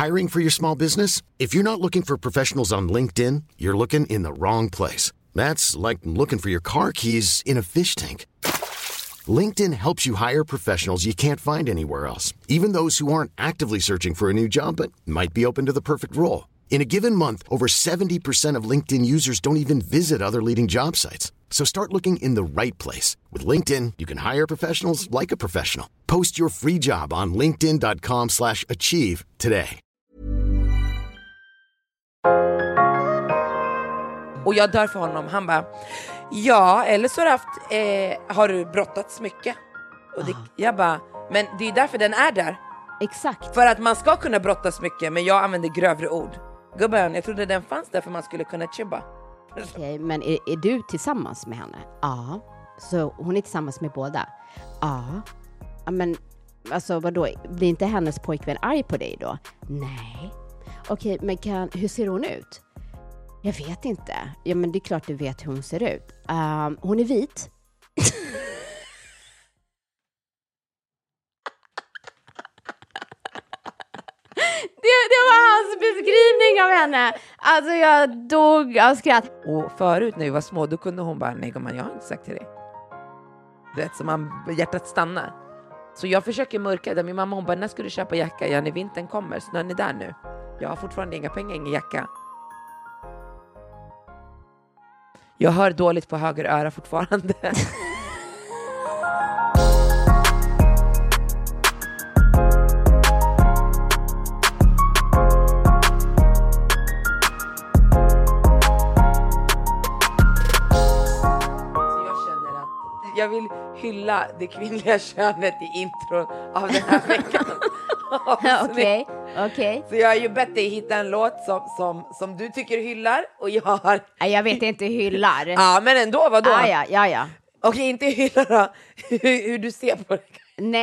Hiring for your small business? If you're not looking for professionals on LinkedIn, you're looking in the wrong place. That's like looking for your car keys in a fish tank. LinkedIn helps you hire professionals you can't find anywhere else, even those who aren't actively searching for a new job but might be open to the perfect role. In a given month, over 70% of LinkedIn users don't even visit other leading job sites. So start looking in the right place. With LinkedIn, you can hire professionals like a professional. Post your free job on linkedin.com/achieve today. Och jag dör för honom. Han bara, ja, eller så har du brottats mycket. Och jag bara, men det är därför den är där. Exakt. För att man ska kunna brottas mycket, men jag använder grövre ord. Gubben, jag trodde den fanns där för man skulle kunna chibba. Okej, men är du tillsammans med henne? Ja. Så hon är tillsammans med båda? Ja. Men alltså vadå, blir inte hennes pojkvän arg på dig då? Nej. Okej, men hur ser hon ut? Jag vet inte. Ja, men det är klart du vet hur hon ser ut. Hon är vit. Det var hans beskrivning av henne. Alltså jag dog av skratt. Och förut när vi var små, då kunde hon bara, nej gumman, jag har inte sagt till dig. Du vet, så hjärtat stannar. Så jag försöker mörka det. Min mamma, hon bara, när ska du köpa jacka? Ja, när vintern kommer, så när ni är där nu. Jag har fortfarande inga pengar, ingen jacka. Jag hör dåligt på höger öra fortfarande. Jag vill hylla det kvinnliga könet i intron av den här veckan. Okej. Så jag har ju bett dig hitta en låt som du tycker hyllar. Och jag har... Jag vet inte hyllar. Ja, men ändå, vadå? Ja. Okej, inte hyllar då. Hur du ser på det.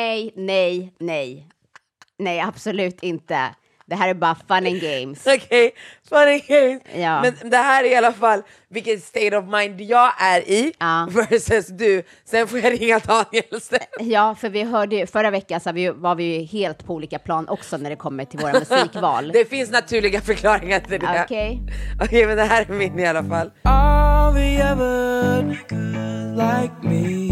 Nej, absolut inte. Det här är bara fun and games. Okej, fun and games. Ja. Men det här är i alla fall vilket state of mind jag är i versus du. Sen får jag ringa Daniel sen. Ja, för vi hörde förra veckan så var vi ju helt på olika plan också när det kommer till våra musikval. Det finns naturliga förklaringar till det. Okej, men det här är min i alla fall. All the other niggas like me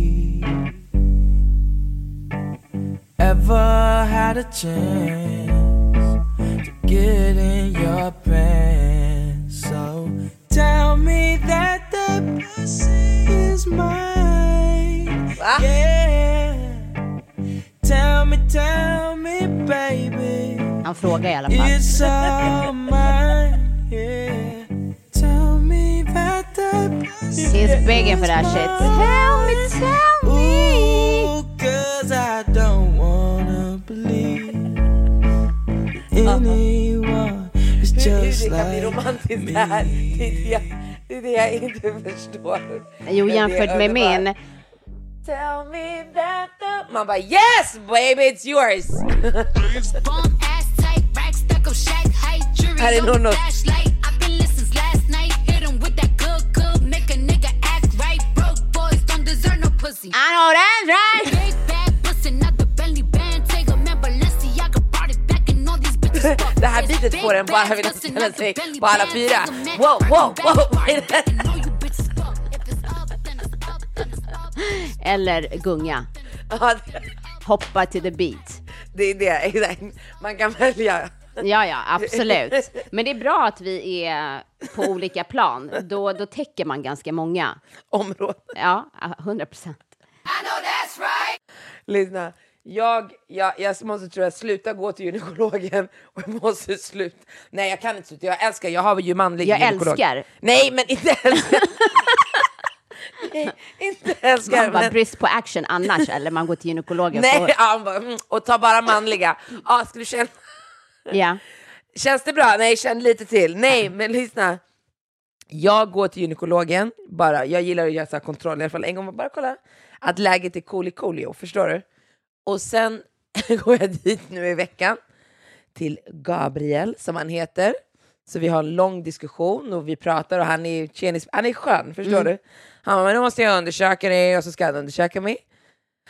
ever had a chance to get in your pants. So tell me that the pussy is mine. Yeah. Tell me baby. Han frågar i alla fall. It's all mine. Yeah. Tell me that the pussy He's begging for that shit. Tell me. Ooh, 'cause I don't wanna believe anyone is just det kan bli like romantiskt me. det här. Det är det jag inte förstår. Jo, jämfört med min. Tell me that the... Man bara, yes baby, it's yours. Här är nog något. I know that's right. Det här bitet får en bara vilja ställa sig på alla fyra. Wow. Eller gunga. Hoppa till the beat. Det är det. Man kan välja. Ja, absolut. Men det är bra att vi är på olika plan. Då täcker man ganska många områden. Ja, 100%. I know that's right. Lyssna. Jag måste sluta gå till gynekologen. Och jag måste sluta. Nej, jag kan inte sluta. Jag har ju manlig gynekolog. Älskar. Nej, men inte älskar. Nej, inte älskar. Man bara brist på action annars. Eller man går till gynekologen. Nej, och ta bara manliga. Ska du känna? Ja. Känns det bra? Nej, känn lite till. Nej, men lyssna. Jag går till gynekologen. Jag gillar att göra så här kontroll. I alla fall en gång bara kolla att läget är coolio. Förstår du? Och sen går jag dit nu i veckan till Gabriel som han heter. Så vi har en lång diskussion och vi pratar och han är skön, förstår du? Han bara, men nu måste jag undersöka dig och så ska han undersöka mig.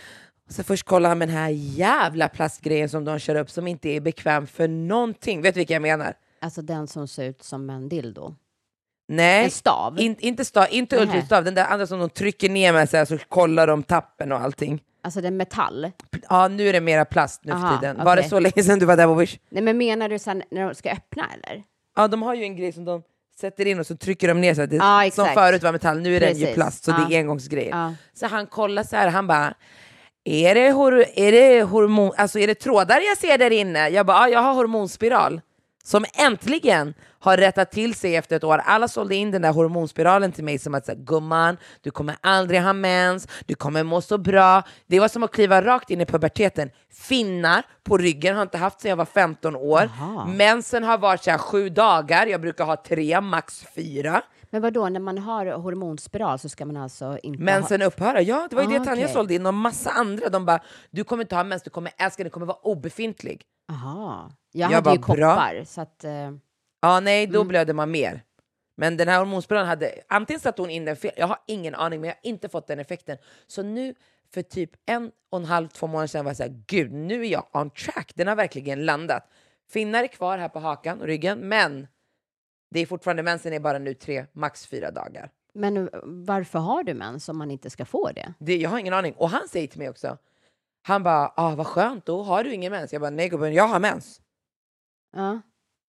Så först kollar han med den här jävla plastgrejen som de kör upp som inte är bekväm för någonting. Vet du vilka jag menar? Alltså den som ser ut som en dildo. Nej, En stav. inte ultrastav. Den där andra som de trycker ner med så kollar de tappen och allting. Alltså den metall. Ja, nu är det mera plast nu för tiden. Var det okej. så länge sedan du var där på Wish? Nej, men menar du sen när de ska öppna eller? Ja, de har ju en grej som de sätter in och så trycker de ner så att det, Ja, som exakt. förut var metall, nu är den ju Precis. plast så det är engångsgrejer. Ja. Så han kollar så här, han bara är det trådar jag ser där inne? Jag bara, jag har hormonspiral. Som äntligen har rättat till sig efter ett år. Alla sålde in den där hormonspiralen till mig som att säga, gumman, du kommer aldrig ha mens, du kommer må så bra. Det var som att kliva rakt in i puberteten. Finnar på ryggen har inte haft sedan jag var 15 år. Aha. Mensen har varit så här 7 dagar, jag brukar ha 3, max 4. Men vadå, när man har hormonspiral så ska man alltså inte Mensen upphöra, ja det var ju det Tanja okej. sålde in och massa andra. De bara, du kommer inte ha mens, du kommer älska, det kommer vara obefintlig. Aha. Jag Jag hade ju bara, bra. koppar, så att... Ja, nej, då blödde man mer. Men den här hormonspiralen hade, antingen satt hon in den fel, jag har ingen aning, men jag har inte fått den effekten. Så nu, för typ 1,5-2 månader sedan var jag såhär, gud, nu är jag on track. Den har verkligen landat. Finnar är kvar här på hakan och ryggen, men det är fortfarande, mensen är bara nu 3, max 4 dagar. Men varför har du mens om man inte ska få det? Jag har ingen aning. Och han säger till mig också, han bara, vad skönt, då har du ingen mens. Jag bara, nej gubben, jag har mens. Ja.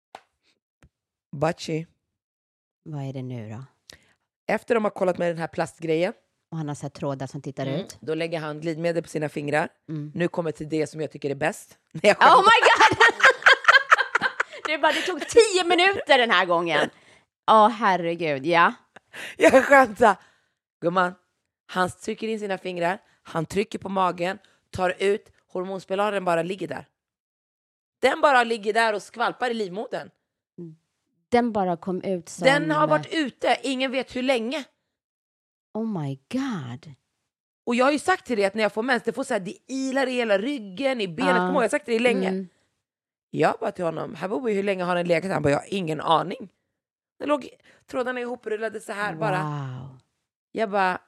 Bachi. Vad är det nu då? Efter de har kollat med den här plastgrejen, Och han har sett trådar som tittar ut. då lägger han glidmedel på sina fingrar. Mm. Nu kommer till det som jag tycker är bäst. Nej, jag Oh my god! det tog 10 minuter den här gången. Herregud, ja. Jag skämtar. Gumman, han trycker in sina fingrar, han trycker på magen, tar ut, hormonspiralen bara ligger där. Den bara ligger där och skvalpar i livmodern. Den bara kom ut som... Den har varit ute, ingen vet hur länge. Oh my god. Och jag har ju sagt till dig att när jag får mens, det får så här, det ilar i hela ryggen, i benet. Kom ihåg, jag har sagt till dig länge. Mm. Jag bara till honom, Habibi, hur länge har den legat? Han bara, jag har ingen aning. Det låg trådarna ihoprullade så här bara. Wow. Jag bara...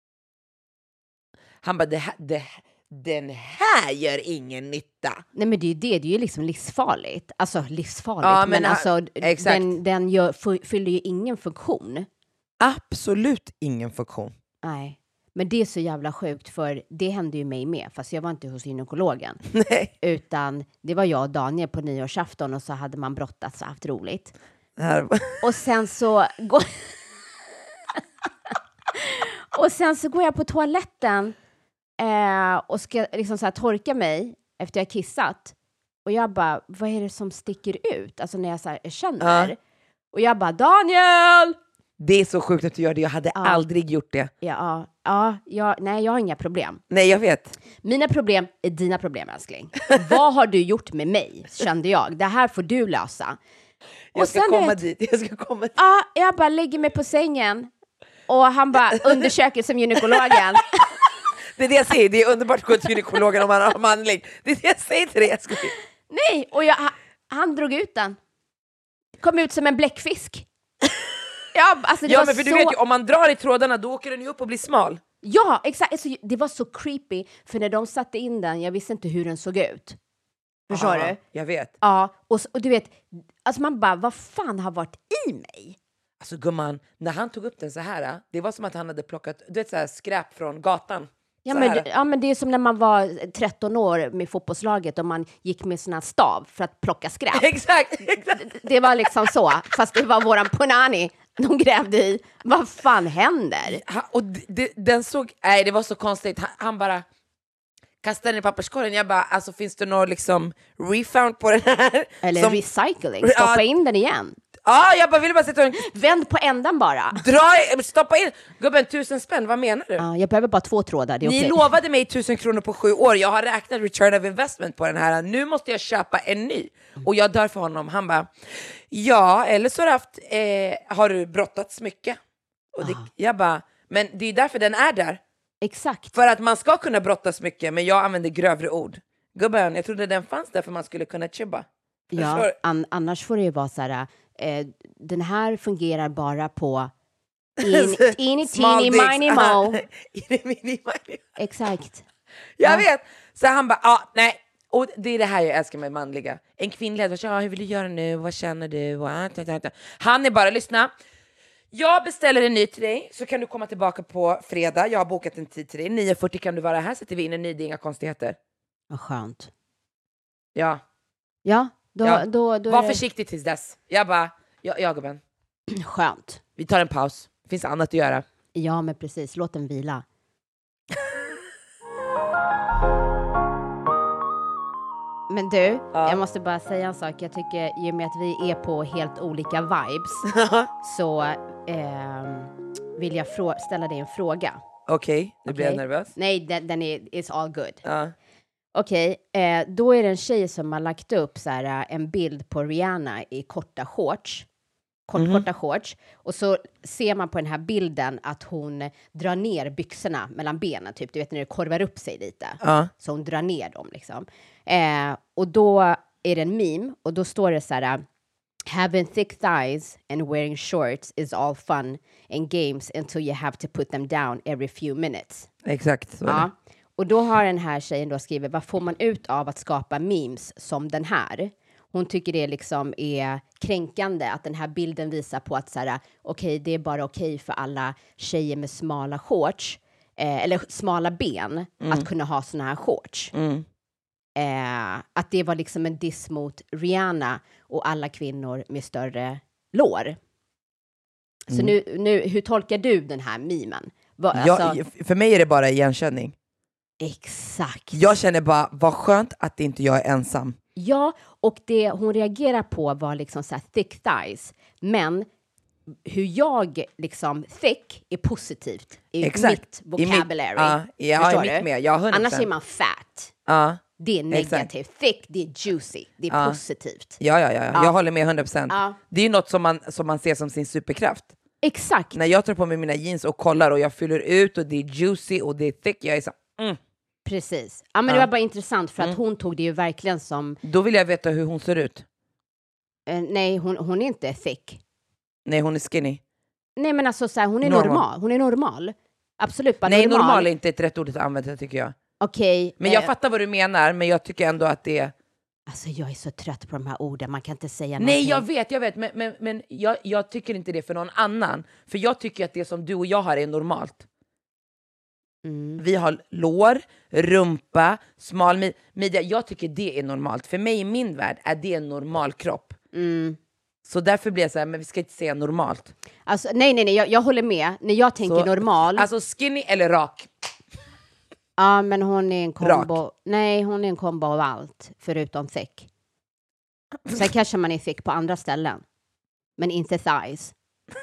Han bara, den här gör ingen nytta. Nej, men det är ju liksom livsfarligt. Alltså livsfarligt, Ja, men men alltså exakt. den fyller ju ingen funktion. Absolut ingen funktion. Nej, men det är så jävla sjukt, för det hände ju mig med, fast jag var inte hos gynekologen. Nej. Utan det var jag och Daniel på nyårsafton, och så hade man brottats och haft roligt. Det här... Och sen så går... och sen så går jag på toaletten och ska liksom så här torka mig efter jag kissat. Och jag bara, vad är det som sticker ut? Alltså när jag så här känner. Ja. Och jag bara, Daniel! Det är så sjukt att du gör det. Jag hade aldrig gjort det. Nej, jag har inga problem. Nej, jag vet. Mina problem är dina problem, älskling. Vad har du gjort med mig, kände jag. Det här får du lösa. Jag ska komma dit. Ja, jag bara lägger mig på sängen. Och han bara undersöker som gynekologen. Det är det jag säger. Det är underbart att gå till gynekologen om man har manlig. Det är det jag säger till dig. Nej, och han drog ut den. Kom ut som en bläckfisk. Ja, alltså det var men för så... du vet ju, om man drar i trådarna då åker den ju upp och blir smal. Ja, exakt. Alltså, det var så creepy. För när de satte in den, jag visste inte hur den såg ut. Förstår du? Jag vet. Ja, och du vet, alltså man bara, vad fan har varit i mig? Alltså gumman, när han tog upp den så här, det var som att han hade plockat, du vet, så här, skräp från gatan. Ja, men det är som när man var 13 år med fotbollslaget och man gick med såna stav för att plocka skräp. Exakt. Det var liksom så, fast det var våran punani de grävde i. Vad fan händer? Och den såg, nej det var så konstigt. Han bara kastade den i papperskorgen. Jag bara, alltså finns det något liksom refound på den här? Eller recycling, stoppa in den igen. Ja, jag bara ville bara sätta den. Vänd på ändan bara. Stoppa in. Gubben, 1000 spänn, vad menar du? Ja, jag behöver bara 2 trådar, det är Ni okej. lovade mig 1000 kronor på 7 år. Jag har räknat return of investment på den här. Nu måste jag köpa en ny. Och jag dör för honom. Han bara, ja, eller så har du brottats mycket. Och jag bara, men det är därför den är där. Exakt. För att man ska kunna brottas mycket, men jag använder grövre ord. Gubben, jag trodde den fanns där för man skulle kunna chibba. Ja, annars får det ju vara så här, den här fungerar bara på teeny, teeny, miny, mo. Mini. Exakt. Jag vet. Så han bara, nej. Och det är det här jag älskar med manliga. En kvinnlig, hur vill du göra nu? Vad känner du? Han är bara, lyssna. Jag beställer en ny till dig, så kan du komma tillbaka på fredag. Jag har bokat en tid till dig. 9:40 kan du vara här, sätter vi in en ny, det är inga konstigheter. Vad skönt. Ja. Ja, då Var försiktig tills dess. Jag bara, jag gubben. Skönt. Vi tar en paus. Det finns annat att göra. Ja, men precis. Låt den vila. Men du, jag måste bara säga en sak. Jag tycker, i och med att vi är på helt olika vibes, så vill jag ställa dig en fråga. Okej, nu blir jag nervös. Nej, den är it's all good. Okej, då är det en tjej som har lagt upp så här, en bild på Rihanna i korta shorts. Korta shorts. Och så ser man på den här bilden att hon drar ner byxorna mellan benen. Typ, du vet när det korvar upp sig lite. Så hon drar ner dem liksom. Och då är det en meme. Och då står det så här: having thick thighs and wearing shorts is all fun and games until you have to put them down every few minutes. Exakt. Så och då har den här tjejen då skrivit: vad får man ut av att skapa memes som den här? Hon tycker det liksom är kränkande att den här bilden visar på att så här, okej, det är bara okej för alla tjejer med smala shorts eller smala ben att kunna ha såna här shorts. Att det var liksom en diss mot Rihanna och alla kvinnor med större lår. Så nu hur tolkar du den här memen? För mig är det bara igenkänning. Exakt. Jag känner bara, vad skönt att inte jag är ensam. Ja, och det hon reagerar på var liksom så här thick thighs. Men hur jag liksom thick är positivt i mitt vocabulary. I mitt med. Annars är man fat. Det är negativt. Thick, det är juicy. Det är positivt. Ja. Jag håller med 100%. Det är ju något som man ser som sin superkraft. Exakt. När jag tar på mig mina jeans och kollar och jag fyller ut och det är juicy och det är thick, jag är så Precis. Ja, men det var bara intressant för att hon tog det ju verkligen som... Då vill jag veta hur hon ser ut. Nej, hon är inte thick. Nej, hon är skinny. Nej, men alltså så här, hon är normal. Hon är normal. Absolut, bara nej, normal är inte ett rätt ord att använda, tycker jag. Okej. Men jag fattar vad du menar, men jag tycker ändå att det är... Alltså jag är så trött på de här orden, man kan inte säga någonting. Nej, jag vet, men jag tycker inte det för någon annan. För jag tycker att det som du och jag har är normalt. Vi har lår, rumpa, smal midja. Jag tycker det är normalt. För mig i min värld är det en normal kropp. Så därför blir jag så här, men vi ska inte säga normalt. Alltså, nej, jag håller med. När jag tänker så, normal... Alltså skinny eller rak? Ja, men hon är en kombo... Rak. Nej, hon är en kombo av allt, förutom thick. Sen kanske man är thick på andra ställen. Men inte thighs.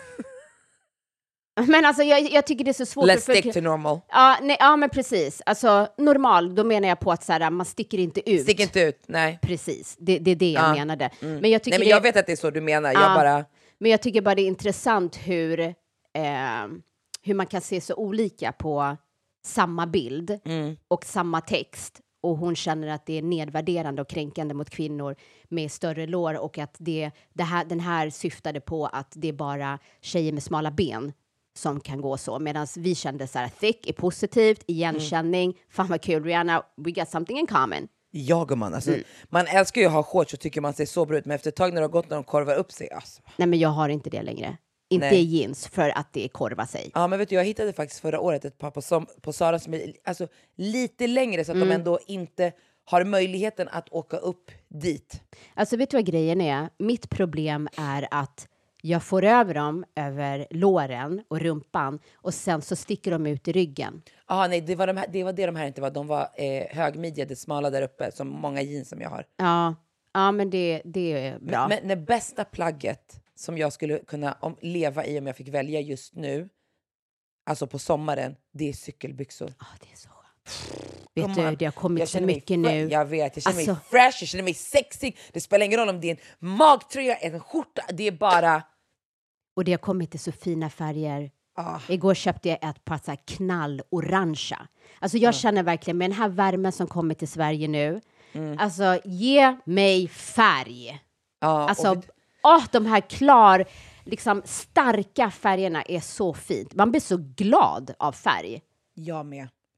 Men alltså jag tycker det är så svårt. Let's stick to normal. Ja, men precis. Alltså normal, då menar jag på att så här, man sticker inte ut. Sticker inte ut, nej. Precis, det är det jag menade. Men jag tycker jag vet att det är så du menar. Men jag tycker bara det är intressant hur man kan se så olika på samma bild och samma text. Och hon känner att det är nedvärderande och kränkande mot kvinnor med större lår. Och att den här syftade på att det är bara tjejer med smala ben som kan gå så. Medan vi kände så här, thick är positivt, igenkänning, fan vad kul Rihanna, we got something in common. Ja, man, alltså, man älskar ju att ha shorts och tycker man ser så bra ut, men efter ett tag när det har gått när de korvar upp sig, alltså. Nej, men jag har inte det längre. Inte i jeans för att det korvar sig. Ja, men vet du, jag hittade faktiskt förra året ett par på Zara som är alltså, lite längre så att de ändå inte har möjligheten att åka upp dit. Alltså vet du vad grejen är? Mitt problem är att jag får över dem över låren och rumpan och sen så sticker de ut i ryggen. Nej, det var det de här inte var. De var högmidjade, smala där uppe, som många jeans som jag har. Ja, men det är bra. Men det bästa plagget som jag skulle kunna leva i om jag fick välja just nu, alltså på sommaren, det är cykelbyxor. Det är så skönt. Vet du, det har kommit så mycket nu. Jag vet, jag känner mig fresh, jag känner mig sexig. Det spelar ingen roll om det är en magtröja, en skjorta, det är bara... Och det har kommit i så fina färger. Igår köpte jag ett par så här knallorangea. Alltså jag känner verkligen med den här värmen som kommer till Sverige nu. Alltså ge mig färg. Alltså de här liksom starka färgerna är så fint. Man blir så glad av färg. Jag med.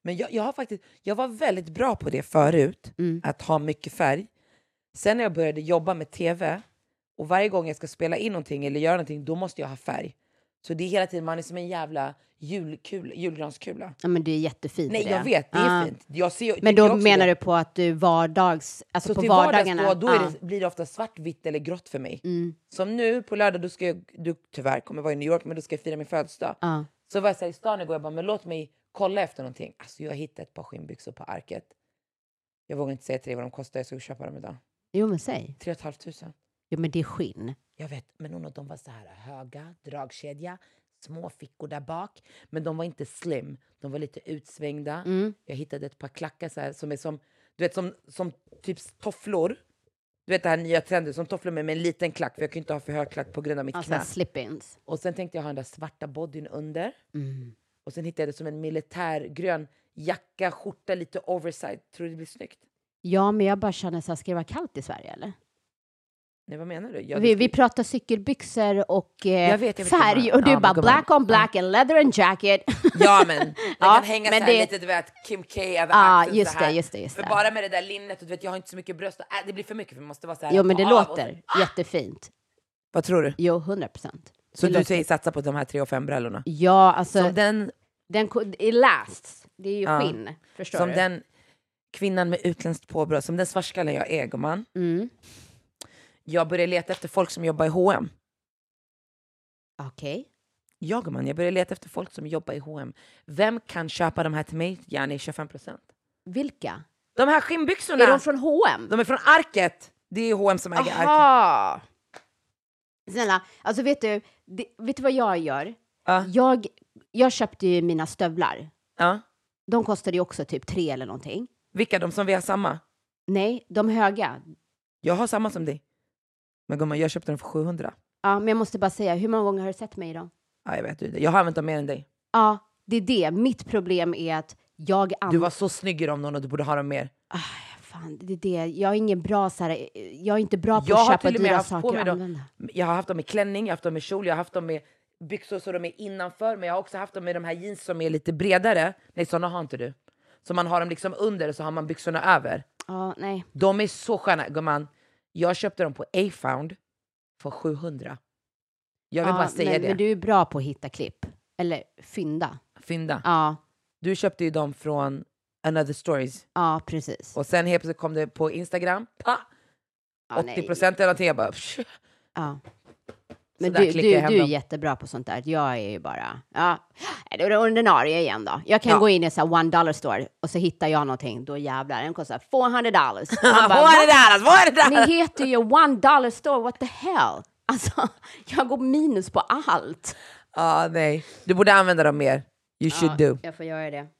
Men jag var väldigt bra på det förut, att ha mycket färg. Sen när jag började jobba med tv, och varje gång jag ska spela in någonting eller göra någonting, då måste jag ha färg. Så det är hela tiden, man är som en jävla julgranskula. Ja, men det är jättefint. Nej, jag vet, det är fint. Men då menar du på att du alltså så på till vardagarna? Då blir det ofta svart, vitt eller grått för mig. Som nu på lördag, då ska du tyvärr kommer vara i New York, men då ska jag fira min födelsedag. Så var jag så här i stan igår, jag bara, men låt mig kolla efter någonting. Alltså jag hittade ett par skinnbyxor på Arket. Jag vågar inte säga till dig vad de kostar, jag ska köpa dem idag. Jo, men säg. 3 500. Jo, men det är skinn. Jag vet, men någon av dem var så här höga, dragkedja, små fickor där bak. Men de var inte slim, de var lite utsvängda. Jag hittade ett par klackar så här, som är som, du vet, som typ tofflor. Du vet det här nya trenden, som tofflor med en liten klack. För jag kan inte ha för hög klack på grund av mitt knä. Slip-ins. Och sen tänkte jag ha den där svarta bodyn under. Och sen hittade jag det som en militärgrön jacka, skjorta, lite oversize. Tror du det blir snyggt? Ja, men jag bara känner så här, ska det vara kallt i Sverige eller? Nej, vad menar du? Vi pratar cykelbyxor och jag vet färg. Och du bara black on black and leather and jacket. Ja, men den kan hänga så här lite, du vet, Kim K över axeln. Just det. För bara med det där linnet, och du vet, jag har inte så mycket bröst. Det blir för mycket, för det måste vara så här. Jo, men det låter jättefint. Vad tror du? Jo, 100%. Så du säger satsa på de här 3 och 5 brallorna? Ja, alltså. Som den lasts. Det är ju skinn, förstår som du? Som den kvinnan med utländskt påbrå, som den svartskallen jag är, gumman. Jag började leta efter folk som jobbar i H&M. Okej. Jag började leta efter folk som jobbar i H&M. Vem kan köpa de här till mig? Gärna 25%. Vilka? De här skinnbyxorna. Är de från H&M? De är från Arket. Det är H&M som äger Arket. Snälla, alltså vet du vad jag gör? Jag köpte ju mina stövlar. De kostade ju också typ 3 eller någonting. Vilka? De som vi har samma? Nej, de höga. Jag har samma som dig. Men gumman, jag köpte dem för 700. Ja, men jag måste bara säga, hur många gånger har du sett mig då? Ja, jag vet det. Jag har använt dem mer än dig. Ja, det är det. Mitt problem är att du var så snygg i dem, någon, och du borde ha dem mer. Fan, det är det. Jag är ingen bra så här, jag är inte bra på att köpa dyra saker och använda. Jag har haft dem med klänning, jag har haft dem med kjol, jag har haft dem med byxor så de är innanför, men jag har också haft dem med de här jeans som är lite bredare. Nej, sådana har inte du. Så man har dem liksom under, så har man byxorna över. Nej. De är så sköna, gumman. Jag köpte dem på A-Found för 700. Jag vill bara säga det. Men du är bra på att hitta klipp. Eller fynda. Ja. Du köpte ju dem från Another Stories. Ja, precis. Och sen helt plötsligt kom det på Instagram. 80% eller någonting. Jag bara... Ja. Men du är jättebra på sånt där. Jag är ju bara... Ja, det är ordinarie igen då. Jag kan gå in i så här $1 store och så hittar jag någonting. Då jävlar, den kostar $400. $400! Ni heter ju $1 store, what the hell? Alltså, jag går minus på allt. Nej. Du borde använda dem mer. You should do. Jag får göra det.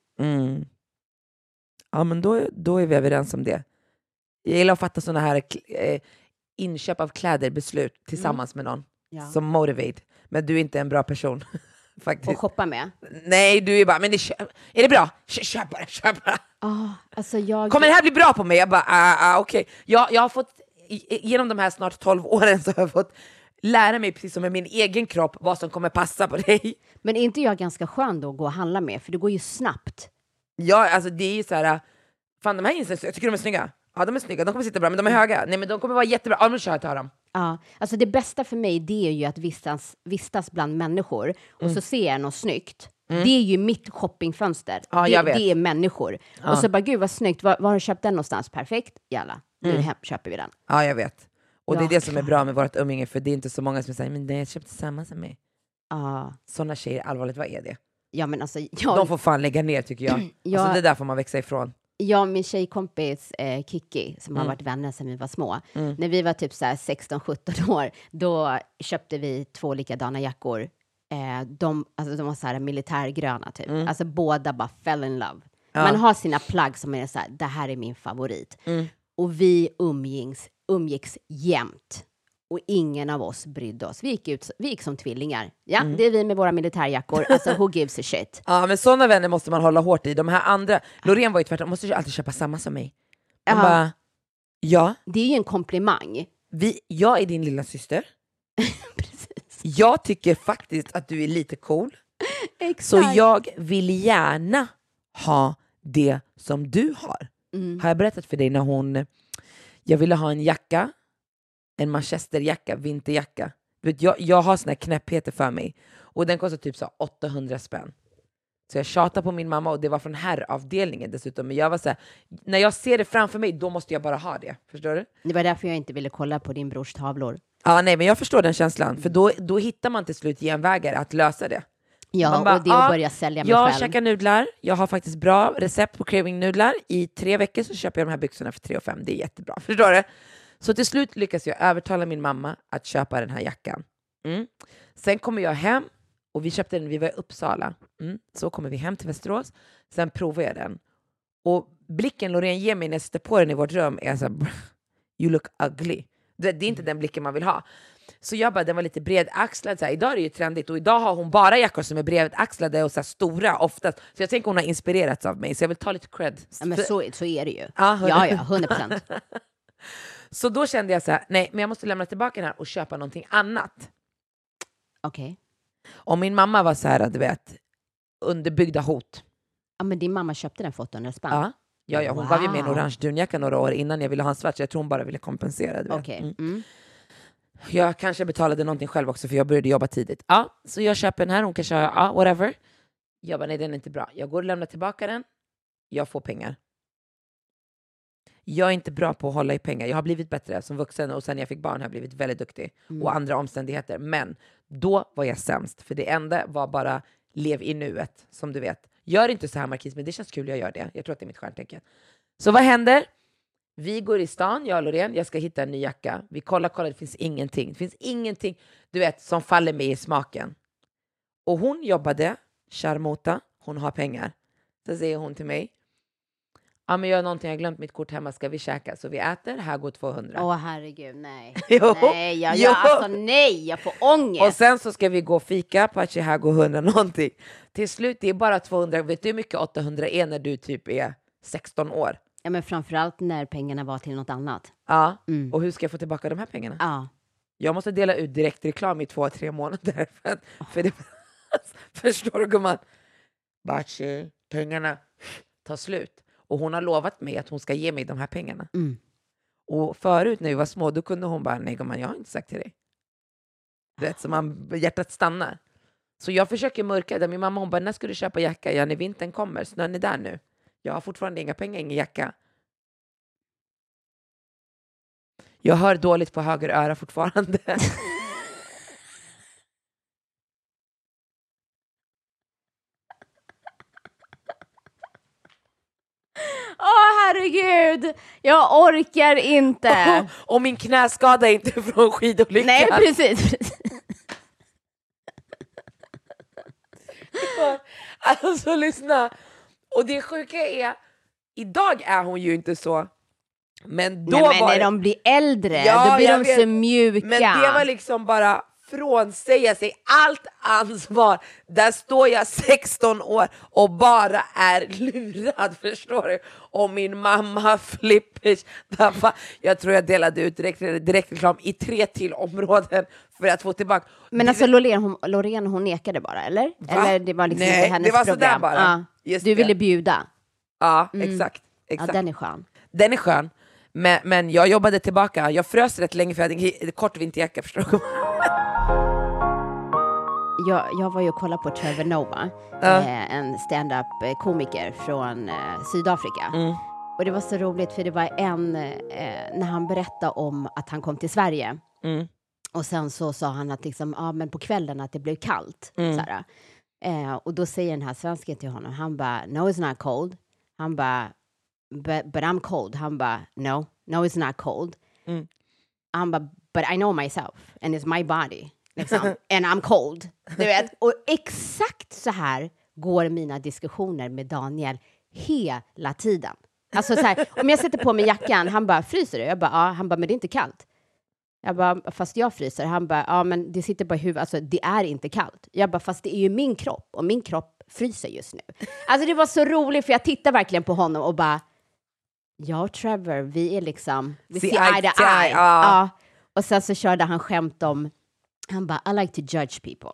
Ja, men då är vi överens om det. Jag gillar att fatta såna här inköp av kläder, beslut tillsammans med någon. Som motivate. Men du är inte en bra person. Faktiskt. Och shoppa med? Nej, du är bara, men är det bra? Köp bara. Alltså kommer det här bli bra på mig? Jag bara, okej. Jag har fått, genom de här snart 12 åren så har jag fått lära mig, precis som med min egen kropp, vad som kommer passa på dig. Men är inte jag ganska skön då att gå och handla med? För det går ju snabbt. Ja, alltså det är ju så här, fan de här jeansen, jag tycker de är snygga. Ja, de är snygga, de kommer sitta bra, men de är höga. Nej, men de kommer vara jättebra. Ja, nu kör jag till dem. Ja, alltså det bästa för mig, det är ju att vistas bland människor. Och så ser jag något snyggt. Det är ju mitt shoppingfönster. Det är människor. Och så bara, gud vad snyggt, var har du köpt den någonstans? Perfekt, jalla. Nu köper vi den. Ja, jag vet. Och det är det som är bra med vårt umgänge, för det är inte så många som säger, men jag köpte samma som mig. Såna tjejer, allvarligt, vad är det? Ja, men alltså, de får fan lägga ner, tycker jag. Alltså det där får man växa ifrån. Jag och min tjejkompis Kiki, som har varit vänner sedan vi var små. När vi var typ så här 16-17 år, då köpte vi 2 likadana jackor. De var så här militärgröna typ. Alltså båda bara fell in love. Man har sina plagg som är så här, det här är min favorit. Och vi umgicks jämt. Och ingen av oss brydde oss. Vi gick som tvillingar. Ja, det är vi med våra militärjackor. Alltså, who gives a shit? Ja, men sådana vänner måste man hålla hårt i. De här andra, Loreen var ju tvärtom, måste ju alltid köpa samma som mig. Bara, ja. Det är ju en komplimang. Jag är din lilla syster. Precis. Jag tycker faktiskt att du är lite cool. Exakt. Så jag vill gärna ha det som du har. Har jag berättat för dig när jag ville ha en jacka, en manchesterjacka, vinterjacka. Vet, jag har såna här knäppheter för mig. Och den kostar typ så 800 spänn. Så jag tjatade på min mamma och det var från herravdelningen dessutom. Men jag var så här, när jag ser det framför mig, då måste jag bara ha det. Förstår du? Det var därför jag inte ville kolla på din brors tavlor. Ja, nej, men jag förstår den känslan. För då hittar man till slut genvägar att lösa det. Ja, Man bara, och det är att börja sälja mig jag själv. käkar nudlar. Jag har faktiskt bra recept på craving-nudlar. I 3 veckor så köper jag de här byxorna för 3 500. Det är jättebra. Förstår du? Så till slut lyckas jag övertala min mamma att köpa den här jackan. Sen kommer jag hem och vi var i Uppsala. Så kommer vi hem till Västerås. Sen provar jag den. Och blicken Loreen ger mig när jag sitter på den i vårt rum är så här, you look ugly. Det är inte den blicken man vill ha. Så jag bara, den var lite bredaxlad. Så här, idag är det ju trendigt och idag har hon bara jackor som är bredaxlade och så här stora oftast. Så jag tänker hon har inspirerats av mig. Så jag vill ta lite cred. Ja, men så är det ju. Ja, 100%. Så då kände jag så här, nej, men jag måste lämna tillbaka den här och köpa någonting annat. Okej. Och min mamma var så här, du vet, underbyggda hot. Ja, men din mamma köpte den för 800 spänn. Ja, hon gav ju mig en orange dunjacka några år innan jag ville ha en svart. Så jag tror hon bara ville kompensera. Du vet. Okej. Jag kanske betalade någonting själv också för jag började jobba tidigt. Ja, så jag köper den här. Hon kanske whatever. Jag bara, nej, den är inte bra. Jag går och lämnar tillbaka den. Jag får pengar. Jag är inte bra på att hålla i pengar. Jag har blivit bättre som vuxen och sen jag fick barn har jag blivit väldigt duktig. Och andra omständigheter. Men då var jag sämst. För det enda var bara lev i nuet, som du vet. Gör inte så här, Marquis, men det känns kul, jag gör det. Jag tror att det är mitt stjärntecken. Så vad händer? Vi går i stan, jag och Loreen, jag ska hitta en ny jacka. Vi kollar, det finns ingenting. Det finns ingenting, du vet, som faller mig i smaken. Och hon jobbade, Charmota, hon har pengar. Så säger hon till mig, ja, men jag har någonting, jag har glömt mitt kort hemma, ska vi käka? Så vi äter, här går 200. Åh, herregud, nej. Jo. Nej, alltså nej, jag får ångest. Och sen så ska vi gå och fika på att här går 100 någonting. Till slut, det är bara 200. Vet du hur mycket 800 är när du typ är 16 år? Ja, men framförallt när pengarna var till något annat. Ja, och hur ska jag få tillbaka de här pengarna? Ja. Jag måste dela ut direktreklam i 2-3 månader. För det, förstår du, gumman? Bachi, pengarna tar slut. Och hon har lovat mig att hon ska ge mig de här pengarna. Och förut när vi var små, då kunde hon bara, nej gumman, jag har inte sagt till dig. Du vet, så hjärtat stannar. Så jag försöker mörka det. Min mamma, hon bara, när ska du köpa jacka? Ja, när vintern kommer, snön är där nu. Jag har fortfarande inga pengar, ingen jacka. Jag hör dåligt på höger öra fortfarande. Herregud, jag orkar inte. Och min knäskada är inte från skidolyckan. Nej, precis. Alltså, lyssna. Och det sjuka är, idag är hon ju inte så. Men då men när de blir äldre, då blir de så mjuka. Men det var liksom bara frånsäga sig allt ansvar. Där står jag 16 år och bara är lurad, förstår du? Och min mamma flippers. Jag tror jag delade ut direktreklam i 3 till områden för att få tillbaka. Men alltså Loreen, hon nekade bara, eller? Va? Eller det var liksom Nej, inte hennes det var problem. sådär bara. Du ville bjuda. Ja, exakt. Ja, den är skön. Den är skön. Men jag jobbade tillbaka. Jag frös rätt länge för jag hade en kort vinterjacka, förstår du? Jag var ju och kollade på Trevor Noah, en stand-up komiker från Sydafrika. Och det var så roligt för det var när han berättade om att han kom till Sverige. Och sen så sa han att liksom, men på kvällen att det blev kallt. Såhär. Och då säger den här svensken till honom, han bara, no it's not cold. Han bara, but I'm cold. Han bara, no it's not cold. Han bara, but I know myself and it's my body. Liksom. And I'm cold. Du vet? Och exakt så här går mina diskussioner med Daniel hela tiden. Alltså så här, om jag sätter på mig jackan, han bara, fryser du? Jag bara, ja. Han bara, men det är inte kallt. Jag bara, fast jag fryser. Han bara, ja men det sitter på huvudet. Alltså det är inte kallt. Jag bara, fast det är ju min kropp. Och min kropp fryser just nu. Alltså det var så roligt för jag tittar verkligen på honom och bara, jag och Trevor, vi är liksom, vi ser eye to eye. Ja. Och sen så körde han skämt om, han bara, I like to judge people.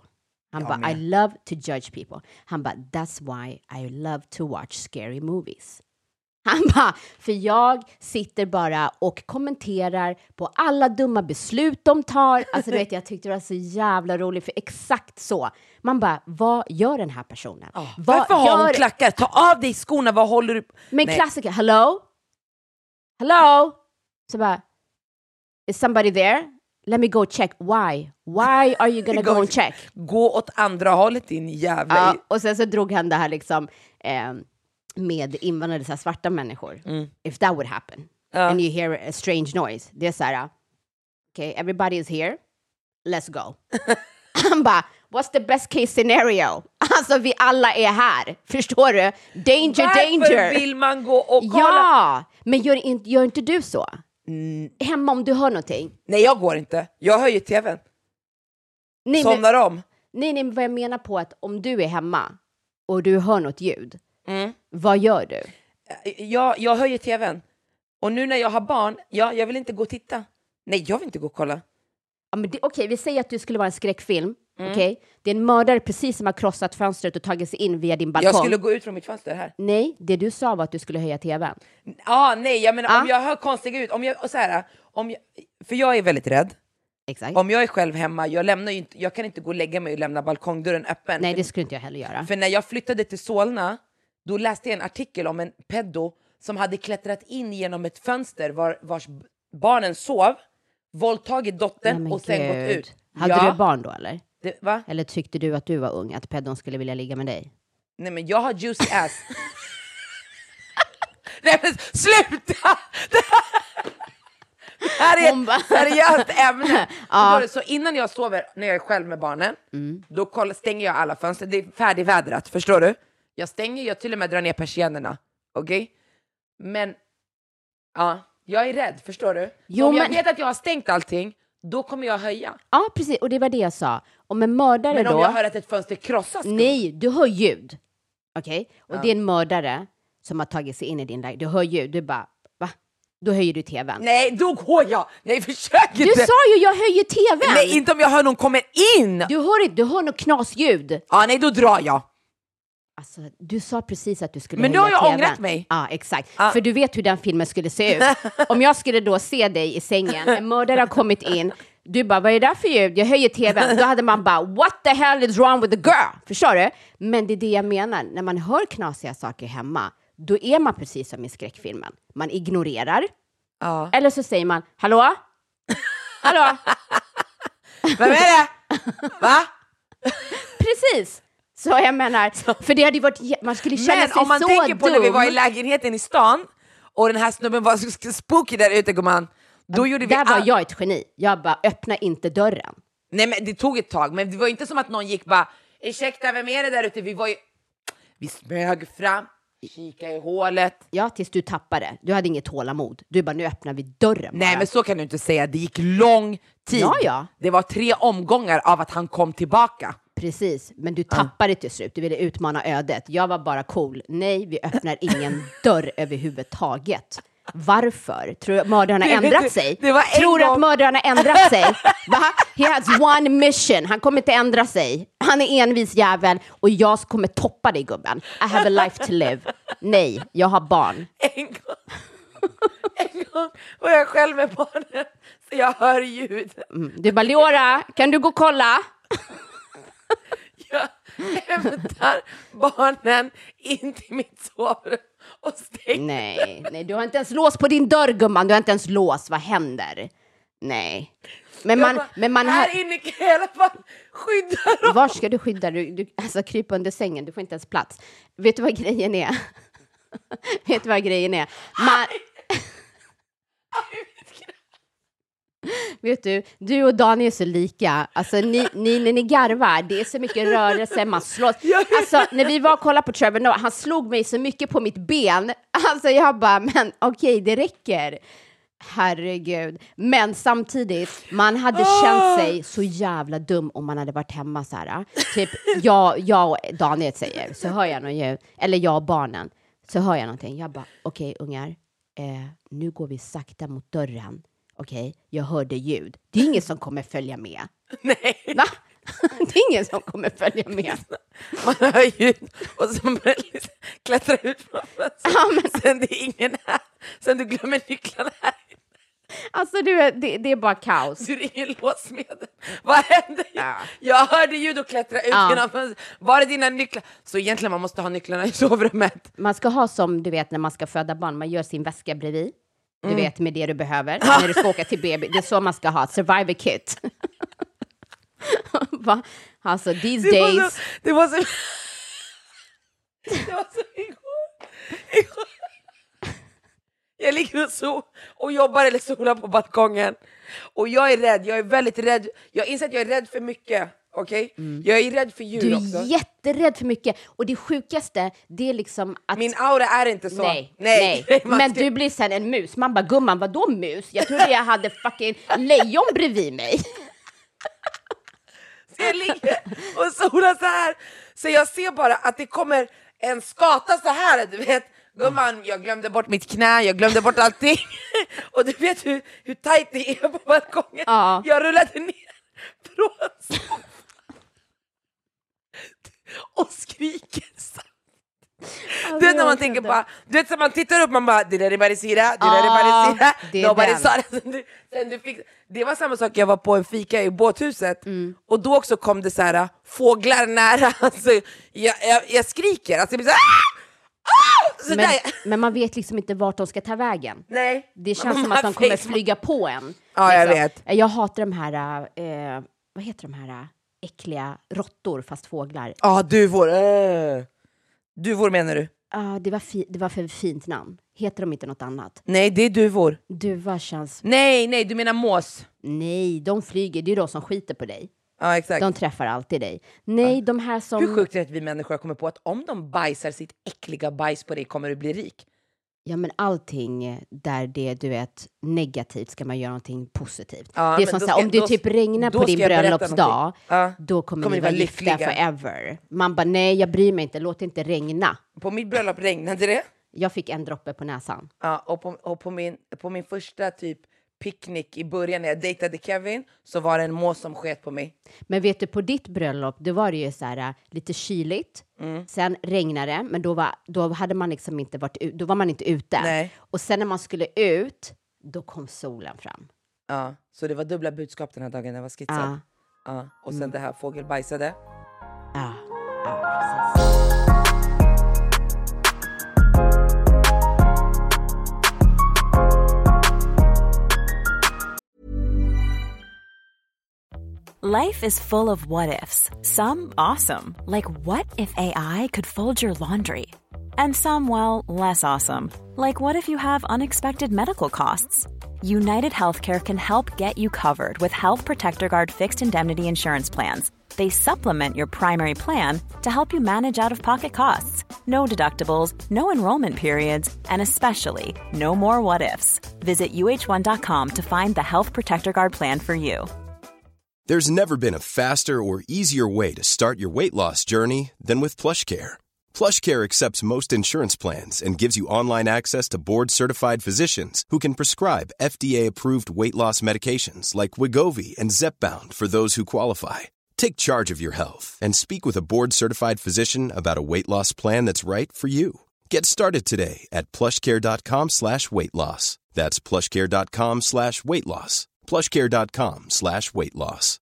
Han Jag bara, med. I love to judge people. Han bara, that's why I love to watch scary movies. Han bara, för jag sitter bara och kommenterar på alla dumma beslut de tar. Alltså du vet, jag tyckte det var så jävla roligt, för exakt så. Man bara, vad gör den här personen? Varför har hon klackar? Ta av dig skorna, vad håller du... Men Nej. klassiker, hello? Hello? Så bara, is somebody there? Let me go check. Why? Why are you gonna go and check? Gå åt andra hållet, din jävla... Ja, och sen så drog han det här liksom med invandrade så här, svarta människor. If that would happen. And you hear a strange noise. Det är så här, okay, everybody is here. Let's go. Han bara, what's the best case scenario? Alltså vi alla är här. Förstår du? Danger, Varför danger. vill man gå och kolla? Ja, men gör inte du så? Hemma om du hör någonting. Nej, jag går inte. Jag höjer tvn. Nej, Somnar om. Nej, vad jag menar på att om du är hemma och du hör något ljud, vad gör du? Jag höjer tvn. Och nu när jag har barn, jag vill inte gå och titta. Nej, jag vill inte gå och kolla. Ja, men okej, vi säger att du skulle vara en skräckfilm. Okej? Det är en mördare precis som har krossat fönstret och tagit sig in via din balkong. Jag skulle gå ut från mitt fönster här. Nej, det du sa var att du skulle höja tvn. Nej, jag menar om jag hör konstig ut, för jag är väldigt rädd. Exakt. Om jag är själv hemma, jag kan inte gå och lägga mig och lämna balkongdörren öppen. Nej, det skulle inte jag heller göra. För när jag flyttade till Solna, då läste jag en artikel om en pedo som hade klättrat in genom ett fönster vars barnen sov, våldtagit dottern och sen gått ut. Hade du barn då eller? Va? Eller tyckte du att du var ung, att pedon skulle vilja ligga med dig? Nej, men jag har juicy ass. Nej, men sluta! Det här är ett seriöst ämne. Så innan jag sover, när jag är själv med barnen, då stänger jag alla fönster. Det är färdigvädrat, förstår du? Jag till och med drar ner persiennerna. Okej? Men, jag är rädd, förstår du? Jo, om jag vet att jag har stängt allting, då kommer jag höja. Ja, precis. Och det var det jag sa. Om en mördare Men om då... jag hör att ett fönster krossas... Nej, du hör ljud. Okej? Och det är en mördare som har tagit sig in i din lägenhet. Du hör ljud. Du bara, va? Då höjer du tvn. Nej, då går jag! Nej, försök inte! Du sa ju, jag höjer tvn! Nej, inte om jag hör någon kommer in! Du hör något knasljud. Nej, då drar jag. Alltså, du sa precis att du skulle Men nu höja har jag tvn. ångrat mig. Ja, exakt. För du vet hur den filmen skulle se ut. Om jag skulle då se dig i sängen, en mördare har kommit in, du bara, vad är det där för ljud? Jag höjer tvn. Då hade man bara, what the hell is wrong with the girl? Förstår du? Men det är det jag menar. När man hör knasiga saker hemma, då är man precis som i skräckfilmen. Man ignorerar. Eller så säger man, hallå? Hallå? Vem är det? Va? Precis. Så jag menar, för det hade ju varit, man skulle känna sig så dum. Men om man tänker på när vi var i lägenheten i stan och den här snubben var så spooky där ute, gumman. Då gjorde vi där var jag ett geni. Jag bara, öppna inte dörren. Nej, men det tog ett tag, men det var inte som att någon gick bara, ursäkta, vem är det där ute? Vi smög fram, kika i hålet. Ja, tills du tappade. Du hade inget tålamod. Du bara, nu öppnar vi dörren. Nej, men så kan du inte säga. Det gick lång tid. Ja. Det var 3 omgångar av att han kom tillbaka. Precis, men du tappade till slut. Du ville utmana ödet. Jag var bara cool. Nej, vi öppnar ingen dörr överhuvudtaget. Varför? Tror du att mördaren har ändrat sig? Tror du att mördaren har ändrat sig? Va? He has one mission. Han kommer inte ändra sig. Han är envis jävel och jag kommer toppa dig, gubben. I have a life to live. Nej, jag har barn. En gång var jag själv med barnen, så jag hör ljud. Du bara, Leora, kan du gå och kolla? Jag hämtar barnen in till mitt sovrum och stänger. Nej, du har inte ens lås på din dörr, gumman. Du har inte ens lås. Vad händer? Nej. Men man här inne kan jag i alla fall skydda dem. Var ska du skydda? Du alltså krypa under sängen. Du får inte ens plats. Vet du vad grejen är? Vet du vad grejen är? Vet du och Daniel är så lika. Alltså ni garvar. Det är så mycket rörelse, man slåss. Alltså när vi var och kollade på Trevor Noah, han slog mig så mycket på mitt ben. Alltså jag bara, men okej, det räcker. Herregud. Men samtidigt, man hade känt sig så jävla dum om man hade varit hemma så här. Typ, jag och Daniel säger, så hör jag någon ljud. Eller jag och barnen. Så hör jag någonting. Jag bara, okej, ungar. Nu går vi sakta mot dörren. Okej, jag hörde ljud. Det är ingen som kommer följa med. Nej. Va? Det är ingen som kommer följa med. Man hör ljud och så man liksom klättrar ut från fönstret. Ja, men Sen det är ingen här. Sen du glömmer nycklarna här. alltså det är bara kaos. Du ringer låsmedel. Vad hände? Ja. Jag hörde ljud och klättra ut Ja. genom fönstret. Var är dina nycklar? Så egentligen man måste ha nycklarna i sovrummet. Man ska ha som, du vet, när man ska föda barn. Man gör sin väska bredvid. Du vet, med det du behöver. När du ska åka till BB. Det är så man ska ha. Survivor kit. Va? Alltså, these days. Det var så igår. Jag ligger och jobbar eller solar på balkongen. Och jag är rädd. Jag är väldigt rädd. Jag inser att jag är rädd för mycket. Okej? Jag är rädd för djur Du är också. jätterädd för mycket. Och det sjukaste, det är liksom att... Min aura är inte så. Nej. Man Men ska- du blir sen en mus. Man bara, gumman, vadå mus? Jag trodde jag hade fucking lejon bredvid mig. Så jag ligger och solar så här. Så jag ser bara att det kommer en skata så här, du vet. Gumman, jag glömde bort mitt knä, jag glömde bort allting. Och du vet hur tajt det är på balkongen. Ja. Jag rullade ner från soffan och skriker så. Du vet när man tänker bara, du vet så man tittar upp, man bara did anybody see that? Did anybody see that? det är Nobody den. saw that. Sen du fick, det var samma sak, jag var på en fika i båthuset och då också kom det så här fåglar nära. Alltså, jag skriker, alltså jag blir så här, så Men, där. men man vet liksom inte vart de ska ta vägen. Nej. Det känns som att de kommer flyga på en. Ja, jag liksom. vet. Jag hatar de här, vad heter de här äckliga råttor fast fåglar. Ja, duvor. Duvor menar du? Ja, det var för fint namn. Heter de inte något annat? Nej, det är duvor. Duva känns... Nej, du menar mås. Nej, de flyger. Det är de som skiter på dig. Ja, exakt. De träffar alltid dig. Nej, de här som... Hur sjukt är det att vi människor kommer på att om de bajsar sitt äckliga bajs på dig kommer du bli rik? Ja, men allting där det, du vet, negativt ska man göra någonting positivt. Ja, det är men som då så här, ska- om du då- typ regnar då på din ska jag berätta bröllopsdag, någonting. Ja. då kommer Kommer ni ni vara vara gifta lyckliga. forever. Man bara, nej, jag bryr mig inte, låt det inte regna. På mitt bröllop regnade det. Jag fick en droppe på näsan. Ja, och på min första typ picknick i början när jag dejtade Kevin så var det en mås som sket på mig. Men vet du, på ditt bröllop, då var det ju så här lite kyligt. Sen regnade det, men då hade man liksom inte varit då var man inte ute. Nej. Och sen när man skulle ut, då kom solen fram. Ja, så det var dubbla budskap den här dagen, jag var skitsad. Ja. Ja, och sen det här fågelbajsade. Ja, precis. Life is full of what-ifs. Some awesome, like what if AI could fold your laundry? And some, well, less awesome, like what if you have unexpected medical costs? United Healthcare can help get you covered with Health Protector Guard fixed indemnity insurance plans. They supplement your primary plan to help you manage out-of-pocket costs. No deductibles, no enrollment periods, and especially no more what-ifs. Visit uh1.com to find the Health Protector Guard plan for you. There's never been a faster or easier way to start your weight loss journey than with PlushCare. PlushCare accepts most insurance plans and gives you online access to board-certified physicians who can prescribe FDA-approved weight loss medications like Wegovy and Zepbound for those who qualify. Take charge of your health and speak with a board-certified physician about a weight loss plan that's right for you. Get started today at plushcare.com/weight loss. That's plushcare.com/weight loss. plushcare.com/weight loss.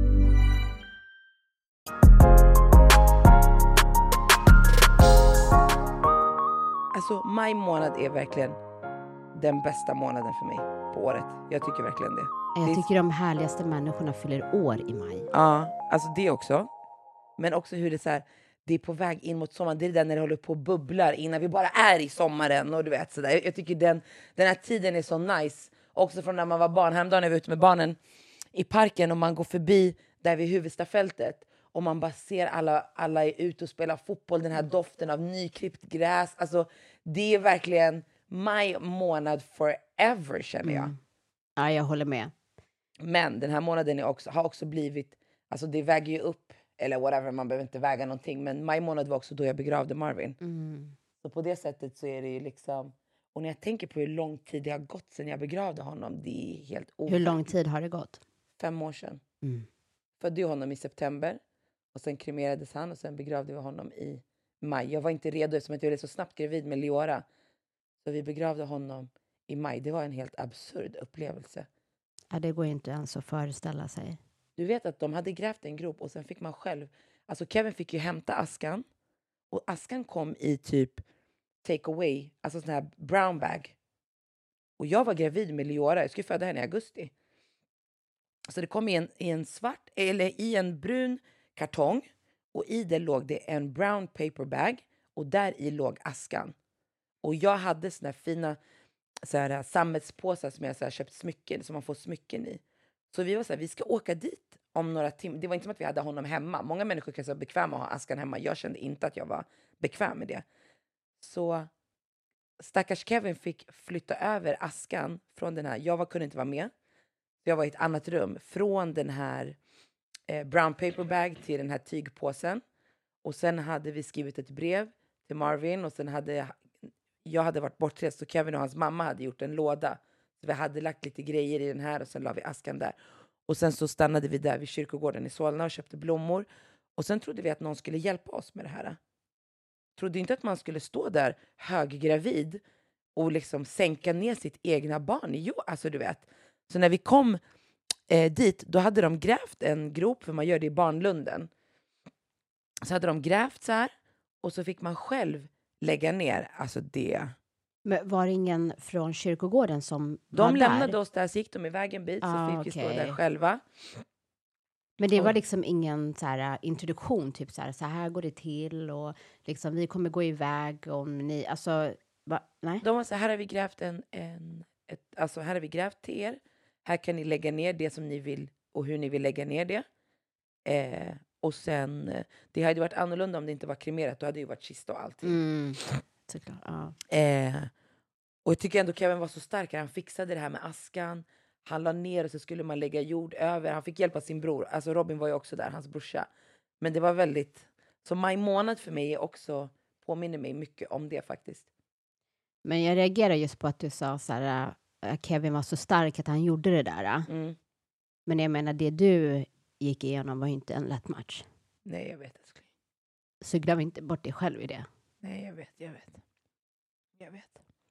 Alltså maj månad är verkligen den bästa månaden för mig på året. Jag tycker verkligen det. Jag tycker de härligaste människorna fyller år i maj. Ja, alltså det också. Men också hur det så här, det är på väg in mot sommaren. Det är där när det håller på och bubblar innan vi bara är i sommaren. Och du vet sådär. Jag tycker den här tiden är så nice. Också från när man var barn. Häromdagen när vi var ute med barnen i parken och man går förbi där vid Huvudstafältet. Och man bara ser alla är ute och spelar fotboll. Den här doften av nyklippt gräs. Alltså det är verkligen maj månad forever känner jag. Ja, jag håller med. Men den här månaden har också blivit, alltså det väger ju upp, eller whatever, man behöver inte väga någonting. Men maj månad var också då jag begravde Marvin. Så på det sättet så är det ju liksom, och när jag tänker på hur lång tid det har gått sedan jag begravde honom, det är helt Hur lång tid har det gått? 5 år sedan. födde ju honom i september. Och sen kremerades han och sen begravde vi honom i maj. Jag var inte redo eftersom jag blev så snabbt gravid med Leora. Så vi begravde honom i maj. Det var en helt absurd upplevelse. Ja, det går ju inte ens att föreställa sig. Du vet att de hade grävt en grop och sen fick man själv... Alltså Kevin fick ju hämta askan. Och askan kom i typ take away, alltså sån här brown bag. Och jag var gravid med Leora. Jag skulle föda henne i augusti. Så det kom i en svart, eller i en brun kartong. Och i det låg det en brown paper bag. Och där i låg askan. Och jag hade såna här fina så här, sammetspåsar som jag så här, köpt smycken, som man får smycken i. Så vi var så här, vi ska åka dit om några timmar. Det var inte som att vi hade honom hemma. Många människor kan vara bekväma att ha askan hemma. Jag kände inte att jag var bekväm med det. Så stackars Kevin fick flytta över askan från den här. Jag kunde inte vara med. Jag var i ett annat rum. Från den här brown paper bag till den här tygpåsen. Och sen hade vi skrivit ett brev till Marvin. Och sen hade jag hade varit bortrest. Så Kevin och hans mamma hade gjort en låda. Så vi hade lagt lite grejer i den här. Och sen la vi askan där. Och sen så stannade vi där vid kyrkogården i Solna och köpte blommor. Och sen trodde vi att någon skulle hjälpa oss med det här. Trodde inte att man skulle stå där höggravid och liksom sänka ner sitt egna barn. Jo, alltså du vet. Så när vi kom dit, då hade de grävt en grop, för man gör det i barnlunden. Så hade de grävt så här och så fick man själv lägga ner. Alltså det. Men var det ingen från kyrkogården som De var lämnade där? oss där, så gick de iväg en bit, så fick vi stå okej. där själva. Men det var liksom ingen så här, introduktion, typ så här går det till och liksom vi kommer gå iväg om ni, alltså, nej? De var så här har vi grävt alltså här har vi grävt till er. Här kan ni lägga ner det som ni vill och hur ni vill lägga ner det. Och sen, det hade varit annorlunda om det inte var kremerat. Då hade det ju varit kista och allting. Såklart, ja. Och jag tycker ändå Kevin var så stark. Han fixade det här med askan. Han la ner och så skulle man lägga jord över. Han fick hjälpa sin bror. Alltså Robin var ju också där, hans brorsa. Men det var väldigt... Så maj månad för mig är också... Påminner mig mycket om det faktiskt. Men jag reagerar just på att du sa så här, Kevin var så stark att han gjorde det där. Men jag menar, det du gick igenom var ju inte en lätt match. Nej, jag vet. Så glöm inte bort dig själv i det. Nej, jag vet.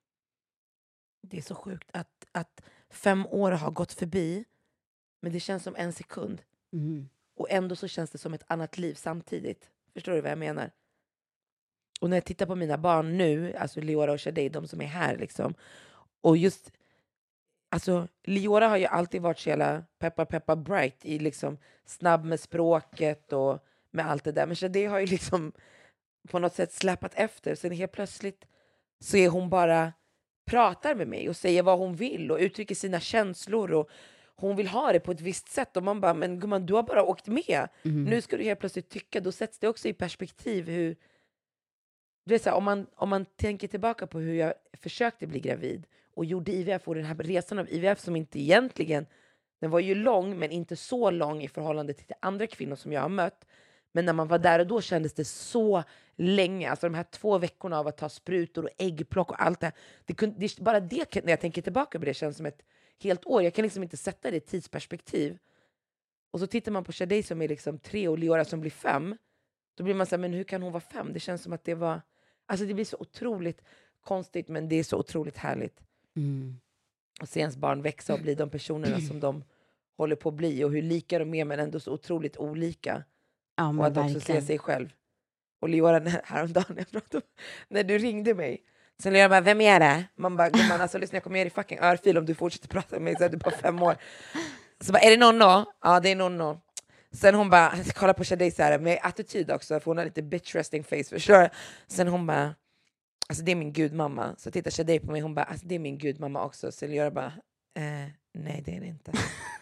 Det är så sjukt att 5 år har gått förbi. Men det känns som en sekund. Och ändå så känns det som ett annat liv samtidigt. Förstår du vad jag menar? Och när jag tittar på mina barn nu, alltså Leora och Shadej, de som är här liksom. Och just, alltså Leora har ju alltid varit så jävla peppa bright i liksom snabb med språket och med allt det där. Men Shadej har ju liksom på något sätt släpat efter. Sen helt plötsligt så är hon bara pratar med mig och säger vad hon vill och uttrycker sina känslor och hon vill ha det på ett visst sätt. Och man bara, men gumman, du har bara åkt med. Nu ska du helt plötsligt tycka, då sätts det också i perspektiv hur... Du vet så här, om man tänker tillbaka på hur jag försökte bli gravid och gjorde IVF och den här resan av IVF som inte egentligen, den var ju lång men inte så lång i förhållande till andra kvinnor som jag har mött. Men när man var där och då kändes det så länge. Alltså de här 2 veckorna av att ta sprutor och äggplock och allt det här. Bara det, när jag tänker tillbaka på det, känns som ett helt år. Jag kan liksom inte sätta det i tidsperspektiv. Och så tittar man på Shadej som är liksom 3 och Leora som blir 5. Då blir man så här, men hur kan hon vara 5? Det känns som att det var... Alltså det blir så otroligt konstigt, men det är så otroligt härligt. Och se ens barn växa och bli de personerna som de håller på att bli. Och hur lika de är, men ändå så otroligt olika. Ja, och men att verkligen. också se sig själv. Och Leora, häromdagen när du ringde mig. Sen Leora bara, vem är det? Man bara, gumman, alltså lyssna, jag kommer ge dig fucking örfil om du fortsätter prata med mig så är du bara 5 år. Så bara, är det Nonno? Ja, det är Nonno. Sen hon bara, kolla på Shadej så här med attityd också, för hon har lite bitch resting face, förstår du? Sen hon bara, alltså det är min gudmamma. Så tittar Shadej på mig, hon bara, alltså det är min gudmamma också. Så jag bara, nej det är det inte.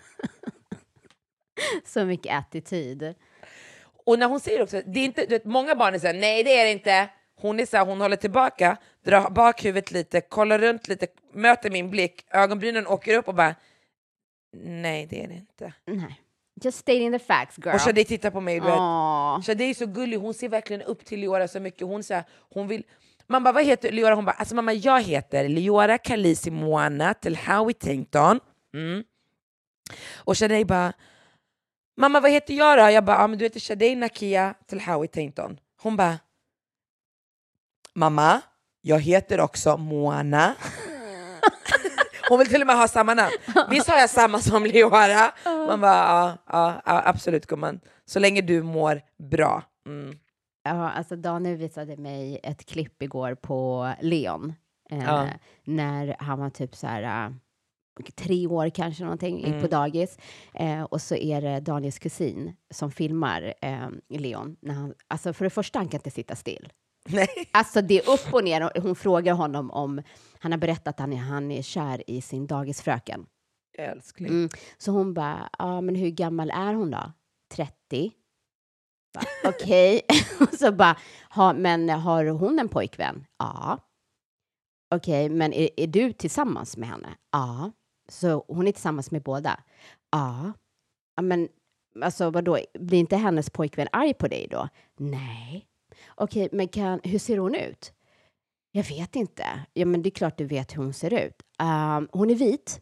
Så mycket attityd. Och när hon säger också, det är inte, du vet, många barn är så här, nej det är det inte. Hon är så här, hon håller tillbaka, drar bak huvudet lite, kollar runt lite, möter min blick, ögonbrynen åker upp och bara, nej det är det inte. Nej. Just stating the facts, girl. Och Shadej tittar på mig, du vet. Shadej är så gullig, hon ser verkligen upp till Leora så mycket. Hon säger, hon vill... Man bara, vad heter Leora? Hon bara, alltså mamma, jag heter Leora Kalisi Moana till Howie Tainton. Och Shadej bara, mamma vad heter jag då? Jag bara, men du heter Shadej Nakia Telhawi Tainton. Hon bara, mamma, jag heter också Moana. Hon vill till och med ha samma namn. Visst har jag samma som Leora? Man bara, ja, absolut gumman. Så länge du mår bra. Ja, alltså Daniel visade mig ett klipp igår på Leon. När han var typ så här 3 år kanske någonting, gick på dagis. Och så är det Daniels kusin som filmar Leon. När han, alltså för det första, han kan inte sitta still. Nej. Alltså det är upp och ner. Hon frågar honom om han har berättat att han är kär i sin dagisfröken. Älskling. Så hon bara, men hur gammal är hon då? 30. Okej. Och så bara, men har hon en pojkvän? Ja. Okej, men är du tillsammans med henne? Ja. Så hon är tillsammans med båda? Ja. Men alltså vadå, blir inte hennes pojkvän arg på dig då? Nej. Okej, men hur ser hon ut? Jag vet inte. Ja, men det är klart du vet hur hon ser ut. Hon är vit.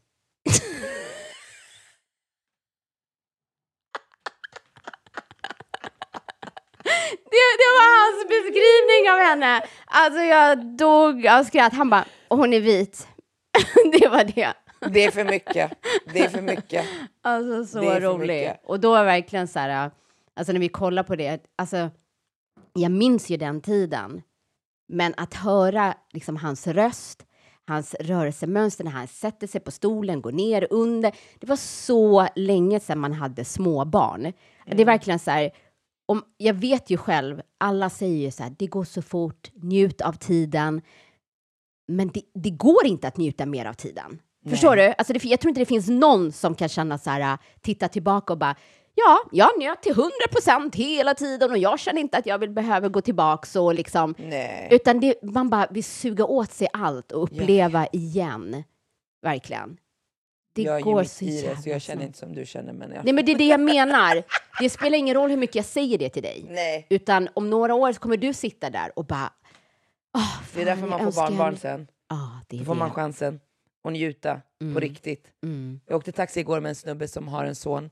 Det var hans beskrivning av henne. Alltså jag dog av skratt. Han bara, hon är vit. Det var det. Det är för mycket. Det är för mycket. Alltså så roligt. Och då var verkligen så här, alltså när vi kollar på det, alltså jag minns ju den tiden. Men att höra liksom hans röst, hans rörelsemönster när han sätter sig på stolen, går ner under. Det var så länge sedan man hade små barn. Det är verkligen så här, jag vet ju själv, alla säger ju så här, det går så fort, njut av tiden. Men det går inte att njuta mer av tiden. Nej. Förstår du? Alltså jag tror inte det finns någon som kan känna så här, titta tillbaka och bara, ja, jag njöt till 100% hela tiden och jag känner inte att jag behöver gå tillbaka och liksom. Nej. Utan man bara vill suga åt sig allt och uppleva igen. Verkligen. Jag går så i det, så jag känner inte som du känner. Nej, men det är det jag menar. Det spelar ingen roll hur mycket jag säger det till dig. Nej. Utan om några år så kommer du sitta där och bara, det är därför man får barnbarn sen. Det är då får man chansen att njuta på riktigt. Jag åkte taxi igår med en snubbe som har en son.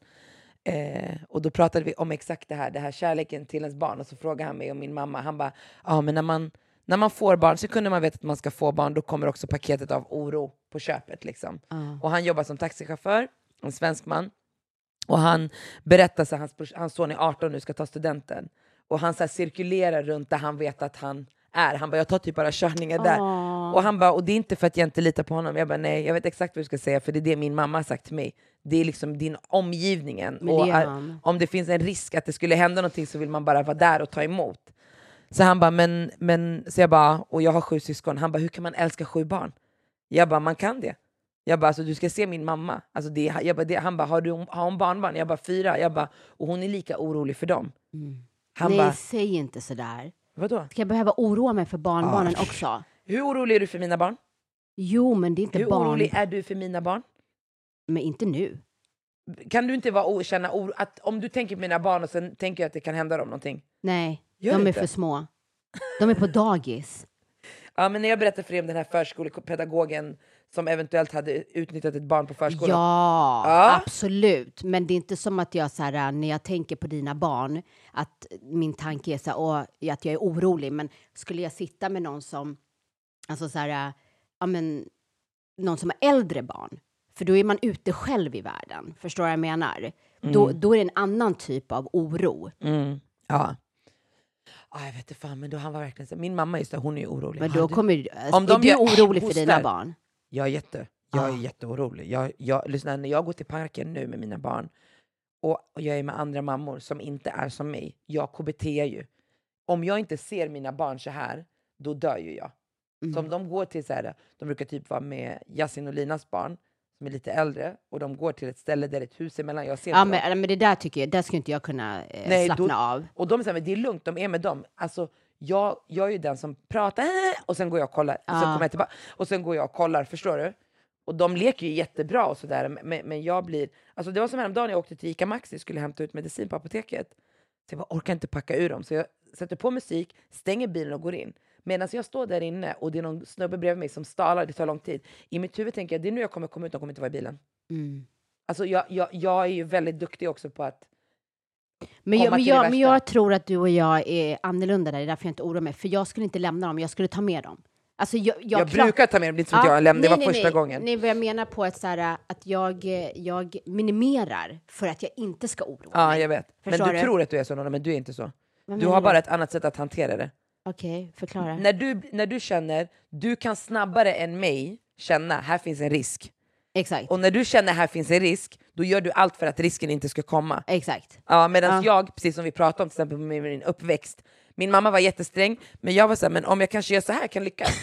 Och då pratade vi om exakt det här kärleken till ens barn. Och så frågade han mig och min mamma. Han bara, men när man får barn, så kunde man veta att man ska få barn, då kommer också paketet av oro på köpet liksom. Och han jobbar som taxichaufför, en svensk man. Och han berättar så hans son är 18 nu, ska ta studenten. Och han så här cirkulerar runt där han vet att han är. Han bara, jag tar typ bara körningar där. Och han bara, och det är inte för att jag inte litar på honom. Jag bara, nej, jag vet exakt vad du ska säga, för det är det min mamma har sagt till mig. Det är liksom din omgivningen. Och om det finns en risk att det skulle hända någonting, så vill man bara vara där och ta emot. Så han bara, men så jag bara, och jag har 7 syskon. Han bara, hur kan man älska 7 barn? Jag bara, man kan det. Jag bara, alltså du ska se min mamma. Alltså han bara, har hon barnbarn? Jag bara, 4. Jag bara, och hon är lika orolig för dem. Han nej, säg inte sådär. Vadå? Ska jag behöva oroa mig för barnbarnen också? Hur orolig är du för mina barn? Jo, men det är inte hur barn. Hur orolig är du för mina barn? Men inte nu. Kan du inte känna oro, att om du tänker på mina barn och sen tänker jag att det kan hända dem någonting? Nej, de är för små. De är på dagis. Ja, men när jag berättade för dig om den här förskolepedagogen som eventuellt hade utnyttjat ett barn på förskolan. Ja, absolut. Men det är inte som att jag så här, när jag tänker på dina barn, att min tanke är så här, att jag är orolig. Men skulle jag sitta med någon som, alltså så här, någon som har äldre barn, för då är man ute själv i världen. Förstår vad jag menar? Då är det en annan typ av oro. Ja. Jag vet inte fan, men då han var verkligen så. Min mamma just det, hon är ju orolig. Men då är du orolig för dina barn? Jag är jätteorolig. Lyssna, när jag går till parken nu med mina barn och jag är med andra mammor som inte är som mig, jag KBT ju. Om jag inte ser mina barn så här, då dör ju jag. Så om de går till så här, de brukar typ vara med Yasin och Linas barn som är lite äldre, och de går till ett ställe där ett hus emellan. Jag ser men det där tycker jag, där skulle inte jag kunna slappna av. Och de säger, men det är lugnt, de är med dem. Alltså, jag är ju den som pratar, och sen går jag och kollar. Och sen kommer jag tillbaka, och sen går jag och kollar, förstår du? Och de leker ju jättebra och sådär, men jag blir... Alltså det var som häromdagen jag åkte till Ica Maxi, skulle hämta ut medicin på apoteket. Så jag bara orkar inte packa ur dem. Så jag sätter på musik, stänger bilen och går in. Medan jag står där inne och det är någon snubbe bredvid mig som stalar, det tar lång tid. I mitt huvud tänker jag, det är nu jag kommer komma ut, de kommer inte vara i bilen. Alltså jag är ju väldigt duktig också på att Men jag tror att du och jag är annorlunda där. Det är därför jag inte oroar mig. För jag skulle inte lämna dem, jag skulle ta med dem. Alltså jag brukar ta med dem, det är inte som att jag lämnade, det var första gången. Nej, vad jag menar på att jag minimerar för att jag inte ska oroa mig. Ja, jag vet. Förstår men du tror att du är så, men du är inte så. Du har du? bara ett annat sätt att hantera det. Okej, förklara. När du känner, du kan snabbare än mig känna, här finns en risk. Exakt. Och när du känner här finns en risk, då gör du allt för att risken inte ska komma. Exakt. Ja, medan jag, precis som vi pratade om till exempel med min uppväxt, min mamma var jättesträng, men jag var så här, men om jag kanske gör så här kan jag lyckas.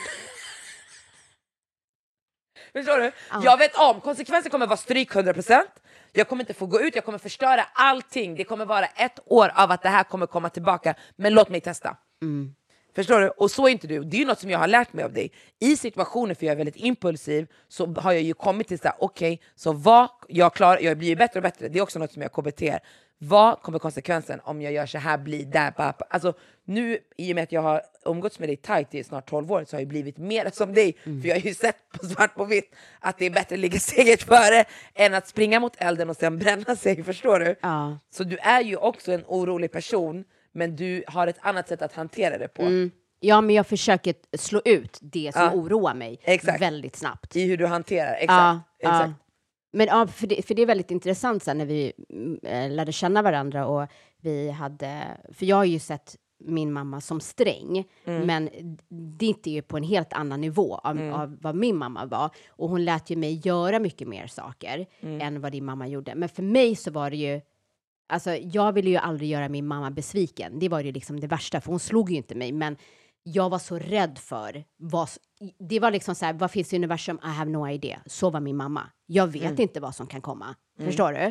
Förstår du? Jag vet om, konsekvensen kommer vara stryk 100%. Jag kommer inte få gå ut, jag kommer förstöra allting. Det kommer vara 1 år av att det här kommer komma tillbaka. Men låt mig testa. Förstår du? Och så är inte du. Det är ju något som jag har lärt mig av dig. I situationer, för jag är väldigt impulsiv, så har jag ju kommit till såhär, okej, så vad jag blir ju bättre och bättre. Det är också något som jag KBT. Vad kommer konsekvensen om jag gör så här, blir där? Alltså nu, i och med att jag har umgåtts med dig tight i snart 12 år, så har jag blivit mer som dig. För jag har ju sett på svart på vitt att det är bättre att ligga steget före än att springa mot elden och sen bränna sig, förstår du? Ja. Så du är ju också en orolig person, men du har ett annat sätt att hantera det på. Ja, men jag försöker slå ut det som oroar mig väldigt snabbt. I hur du hanterar, exakt. Ja. Men för det är väldigt intressant sen när vi lärde känna varandra och vi hade, för jag har ju sett min mamma som sträng, men det är inte ju på en helt annan nivå av vad min mamma var. Och hon lät ju mig göra mycket mer saker än vad din mamma gjorde. Men för mig så var det ju, alltså jag ville ju aldrig göra min mamma besviken. Det var ju liksom det värsta, för hon slog ju inte mig, men jag var så rädd för det var liksom så här, vad finns i universum? I have no idea. Så var min mamma. Jag vet inte vad som kan komma. Förstår du?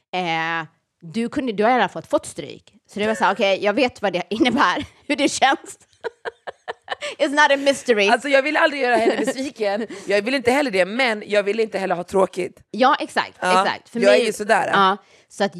Du har i alla fall fått stryk. Så det var så här, okej, jag vet vad det innebär. Hur det känns. It's not a mystery. Alltså jag vill aldrig göra henne besviken. Jag vill inte heller det, men jag vill inte heller ha tråkigt. Ja, exakt. För jag är ju sådär. Ja, så att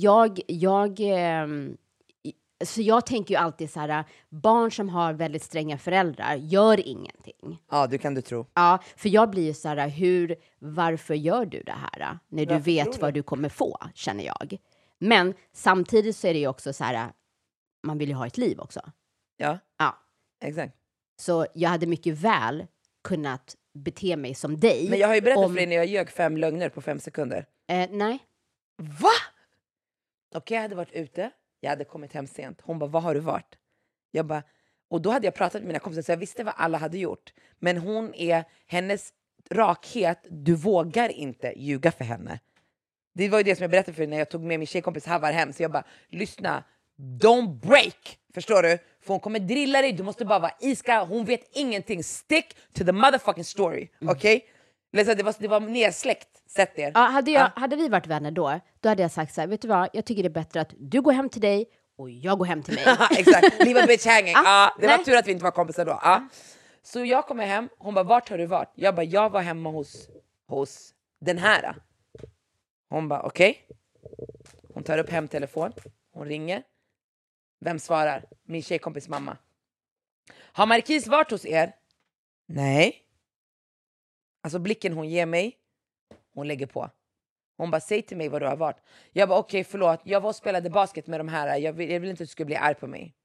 så jag tänker ju alltid så här, barn som har väldigt stränga föräldrar gör ingenting. Ja, det kan du tro. Ja, för jag blir ju så här, varför gör du det här? När du vet vad du kommer få, känner jag. Men samtidigt så är det ju också så här, man vill ju ha ett liv också. Ja, ja. Exakt. Så jag hade mycket väl kunnat bete mig som dig. Men jag har ju berättat för dig när jag ljög 5 lögner på 5 sekunder. Nej. Va? Okej, jag hade varit ute. Jag hade kommit hem sent. Hon bara, vad har du varit? Jag bara, och då hade jag pratat med mina kompisar så jag visste vad alla hade gjort. Men hennes rakhet, du vågar inte ljuga för henne. Det var ju det som jag berättade för dig när jag tog med min tjejkompis Havar hem. Så jag bara, lyssna, don't break. Förstår du? För hon kommer drilla dig, du måste bara vara iskall. Hon vet ingenting. Stick to the motherfucking story, okej? Det var nedsläckt, sätt er. Ja, hade vi varit vänner då hade jag sagt så här, vet du vad, jag tycker det är bättre att du går hem till dig och jag går hem till mig. Exakt, leave a bitch hanging. Det var tur att vi inte var kompisar då. Så jag kommer hem, hon bara, vart har du varit? Jag bara, jag var hemma hos den här. Hon bara, okej. Hon tar upp hemtelefon, hon ringer. Vem svarar? Min tjejkompis mamma. Har Marquis varit hos er? Nej. Alltså blicken hon ger mig, hon lägger på. Hon bara, säg till mig vad du har varit. Jag bara, okej, förlåt. Jag var och spelade basket med de här. Jag vill inte att du skulle bli arg på mig.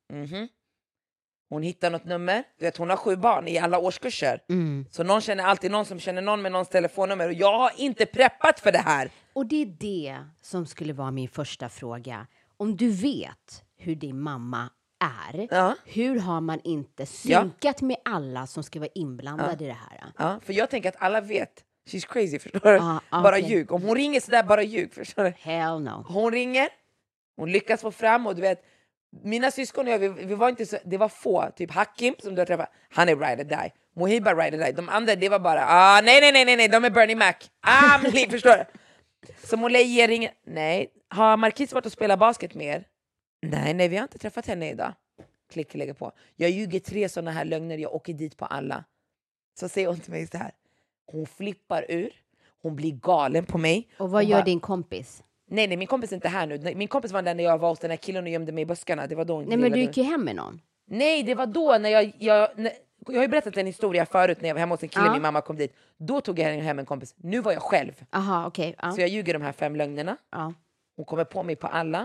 Hon hittar något nummer. Du vet, hon har 7 barn i alla årskurser. Så någon känner alltid någon som känner någon med någons telefonnummer. Och jag har inte preppat för det här. Och det är det som skulle vara min första fråga. Om du vet hur din mamma är, hur har man inte synkat med alla som ska vara inblandade i det här? Ja, för jag tänker att alla vet. She's crazy, förstår du? Bara ljug. Om hon ringer sådär, bara ljug, förstår du? Hell no. Hon ringer, hon lyckas få fram, och du vet, mina syskon och jag, vi var inte så, det var få, typ Hakim som du har träffat, han är ride or die. Mohiba ride or die. De andra, det var bara, nej, de är Bernie Mac. Förstår du? Så Molay ringer, nej. Har Marquis varit och spelat basket med er? Nej, vi har inte träffat henne idag. Klick, lägger på. Jag ljuger 3 sådana här lögner, jag åker dit på alla. Så säger hon till mig så här. Hon flippar ur. Hon blir galen på mig. Och vad gör din kompis? Nej, min kompis är inte här nu. Min kompis var där när jag var hos den här killen och gömde mig i buskarna. Det var då hon Nej, men du gick ju hem med någon. Nej, det var då när jag har ju berättat en historia förut när jag var hemma hos en kille, min mamma kom dit. Då tog jag hem en kompis. Nu var jag själv. Aha, okej. Så jag ljuger de här 5 lögnerna. Ja. Hon kommer på mig på alla.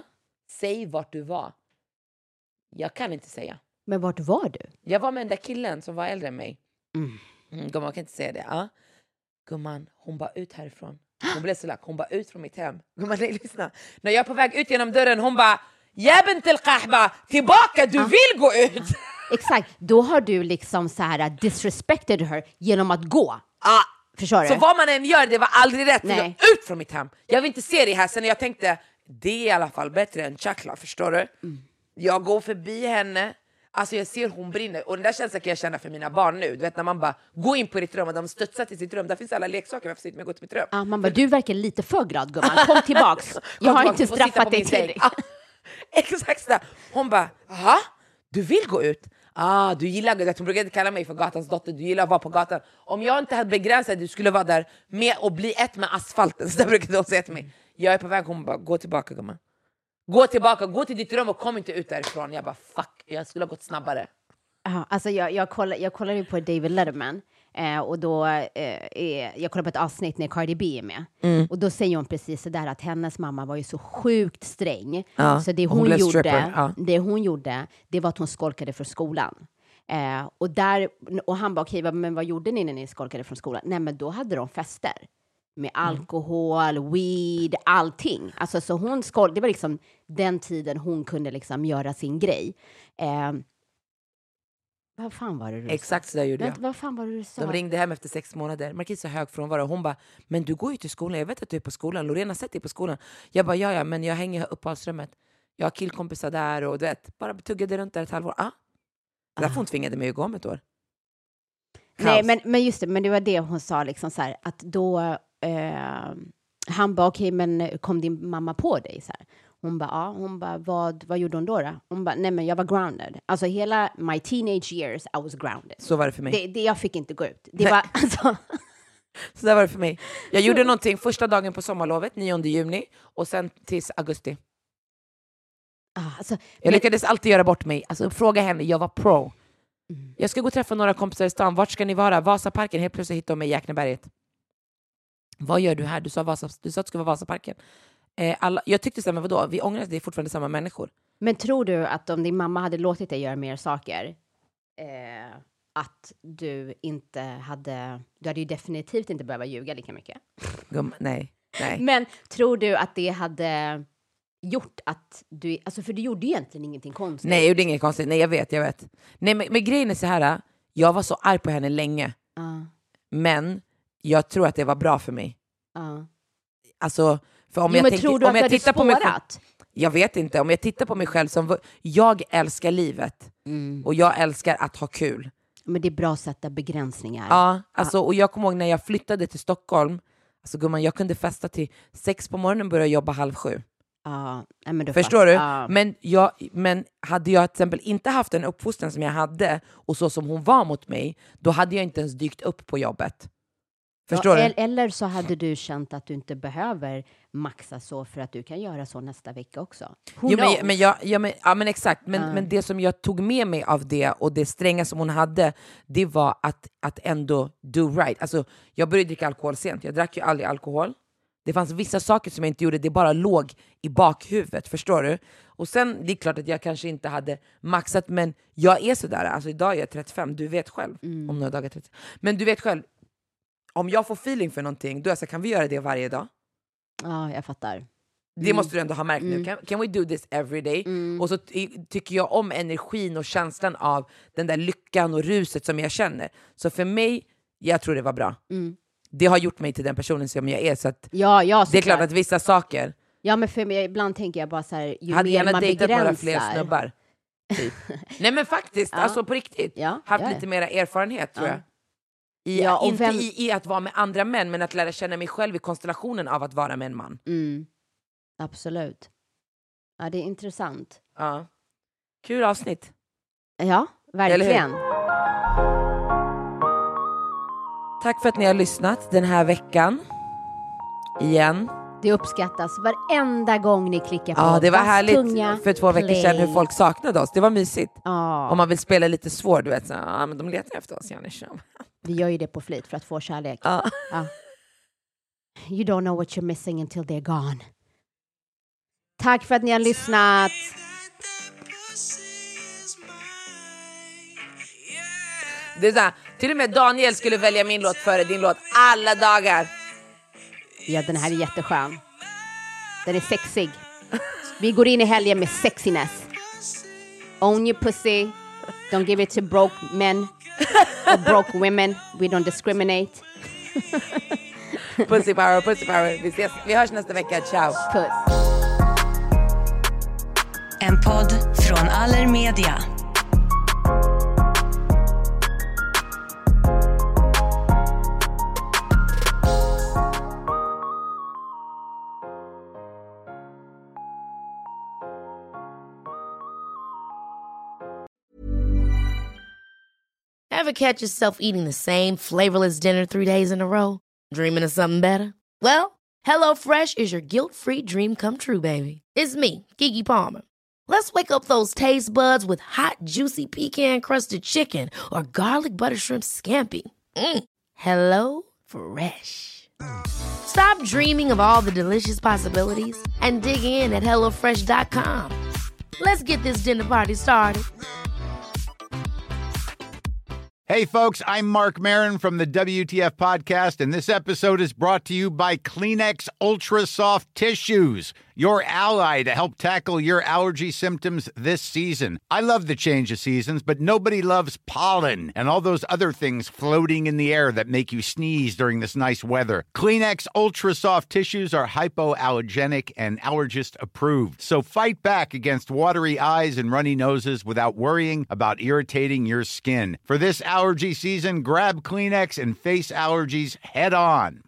Säg vart du var. Jag kan inte säga. Men vart var du? Jag var med den där killen som var äldre än mig. Gumman, kan inte säga det. Ja. Gumman, hon bara ut härifrån. Hon blev så lack. Hon bara ut från mitt hem. Gumman, nej, lyssna. När jag är på väg ut genom dörren, hon bara Jäben till kahba, tillbaka, du vill gå ut. Exakt, då har du liksom så här disrespected her genom att gå. Förstår du? Så vad man än gör, det var aldrig rätt. Nej. Ut från mitt hem. Jag vill inte se det här. Sen jag tänkte, det är i alla fall bättre än chakla, förstår du? Jag går förbi henne. Alltså jag ser hon brinner. Och den där känslan kan jag känna för mina barn nu. Du vet när man bara går in på ditt rum och de studsar till sitt rum. Där finns alla leksaker, varför sitter man gå till mitt rum? Ja, man bara, du verkar lite för glad gumman. Kom tillbaks. Jag har inte straffat dig till dig. Exakt så där. Hon bara, aha, du vill gå ut? Du gillar det. Hon brukade kalla mig för gatans dotter. Du gillar att vara på gatan. Om jag inte hade begränsat, du skulle vara där med och bli ett med asfalten. Så där brukade hon säga till mig. Jag är på väg, hon bara, gå tillbaka gumman. Gå tillbaka, gå till ditt rum och kom inte ut därifrån. Jag bara, fuck, jag skulle ha gått snabbare. Alltså jag kollar ju på David Letterman. Och då jag kollar på ett avsnitt när Cardi B är med. Och då säger hon precis så där att hennes mamma var ju så sjukt sträng. Så det hon gjorde, det var att hon skolkade från skolan. Och han bara, okej, men vad gjorde ni när ni skolkade från skolan? Nej, men då hade de fester. Med alkohol, weed, allting. Alltså så det var liksom den tiden hon kunde liksom göra sin grej. Vad fan var det du Exakt så där gjorde jag. Vad fan var det du sa? De ringde hem efter 6 månader. Marquis så hög frånvaro. Hon bara, men du går ju till skolan. Jag vet att du är på skolan. Lorena har sett dig på skolan. Jag bara, ja, men jag hänger upp på rummet. Jag har killkompisar där och du vet, bara tuggade runt där ett halvår. Därför hon tvingade mig att gå om ett år. Nej, men just det, men det var det hon sa liksom så här, att då han bara, okej, men kom din mamma på dig så här? Hon bara, ja. Hon bara, vad gjorde hon då? Hon bara, nej men jag var grounded. Alltså hela my teenage years I was grounded. Så var det för mig. Jag fick inte gå ut. Det var alltså... Så där var det för mig. Jag gjorde någonting första dagen på sommarlovet, 9 juni. Och sen tills augusti. Jag lyckades alltid göra bort mig. Alltså fråga henne, jag var pro. Jag ska gå och träffa några kompisar i stan. Vart ska ni vara? Vasaparken. Helt plötsligt hittade de mig i Jäkneberget. Vad gör du här? Du sa att du ska vara Vasaparken. Jag tyckte så här, men vadå? Vi ångrar att det är fortfarande samma människor. Men tror du att om din mamma hade låtit dig göra mer saker, att du hade ju definitivt inte behövt ljuga lika mycket. Nej. Men tror du att det hade gjort att du, alltså för du gjorde egentligen ingenting konstigt. Nej, jag gjorde inget konstigt. Nej, jag vet. Nej, men grejen är så här, jag var så arg på henne länge. Men jag tror att det var bra för mig. Alltså, för om jag tittar på mig själv, jag vet inte, om jag tittar på mig själv som jag älskar livet och jag älskar att ha kul. Men det är bra att sätta begränsningar. Ja, alltså, och jag kommer ihåg när jag flyttade till Stockholm, alltså gumman, jag kunde festa till 6 på morgonen och börja jobba 7:30. Men förstår du? Men hade jag till exempel inte haft en uppfostran som jag hade och så som hon var mot mig, då hade jag inte ens dykt upp på jobbet. Förstår du? Eller så hade du känt att du inte behöver maxa så för att du kan göra så nästa vecka också. Men exakt. Men det som jag tog med mig av det och det stränga som hon hade, det var att ändå do right. Alltså, jag började dricka alkohol sent. Jag drack ju aldrig alkohol. Det fanns vissa saker som jag inte gjorde. Det bara låg i bakhuvudet. Förstår du? Och sen, det är klart att jag kanske inte hade maxat. Men jag är sådär. Alltså idag är jag 35. Du vet själv. Om några dagar 30. Men du vet själv. Om jag får feeling för någonting, då är jag så, kan vi göra det varje dag? Ja, jag fattar. Det måste du ändå ha märkt nu. Can we do this every day? Och så tycker jag om energin och känslan av den där lyckan och ruset som jag känner. Så för mig, jag tror det var bra. Det har gjort mig till den personen som jag är. Så att det är klart att vissa saker... Ja, men för mig, ibland tänker jag bara så här, ju hade mer man dejtat begränsar... några fler snubbar. Typ. Nej men faktiskt, alltså på riktigt. Haft lite mera erfarenhet tror jag. I att vara med andra män, men att lära känna mig själv i konstellationen av att vara med en man. Absolut. Ja, det är intressant. Ja. Kul avsnitt. Ja, verkligen. Tack för att ni har lyssnat den här veckan. Igen. Det uppskattas varenda gång ni klickar på. Ja, det var härligt för 2 veckor sedan hur folk saknade oss. Det var mysigt. Om man vill spela lite svår, du vet. Så, men de letar efter oss, Janne. Vi gör ju det på flit för att få kärlek. You don't know what you're missing until they're gone. Tack för att ni har lyssnat. Det är så här, till och med Daniel skulle välja min låt före din låt alla dagar. Ja, den här är jätteskön. Den är sexig. Vi går in i helgen med sexiness. Own your pussy. Don't give it to broke men or broke women. We don't discriminate. Pussy power, pussy power. Vi hörs nästa vecka. Ciao. Puss. En podd från Allermedia. Ever catch yourself eating the same flavorless dinner 3 days in a row? Dreaming of something better? Well, HelloFresh is your guilt-free dream come true, baby. It's me, Keke Palmer. Let's wake up those taste buds with hot, juicy pecan-crusted chicken or garlic butter shrimp scampi. Hello Fresh. Stop dreaming of all the delicious possibilities and dig in at HelloFresh.com. Let's get this dinner party started. Hey, folks, I'm Mark Maron from the WTF Podcast, and this episode is brought to you by Kleenex Ultra Soft Tissues, your ally to help tackle your allergy symptoms this season. I love the change of seasons, but nobody loves pollen and all those other things floating in the air that make you sneeze during this nice weather. Kleenex Ultra Soft Tissues are hypoallergenic and allergist approved, so fight back against watery eyes and runny noses without worrying about irritating your skin. For this allergy season, grab Kleenex and face allergies head on.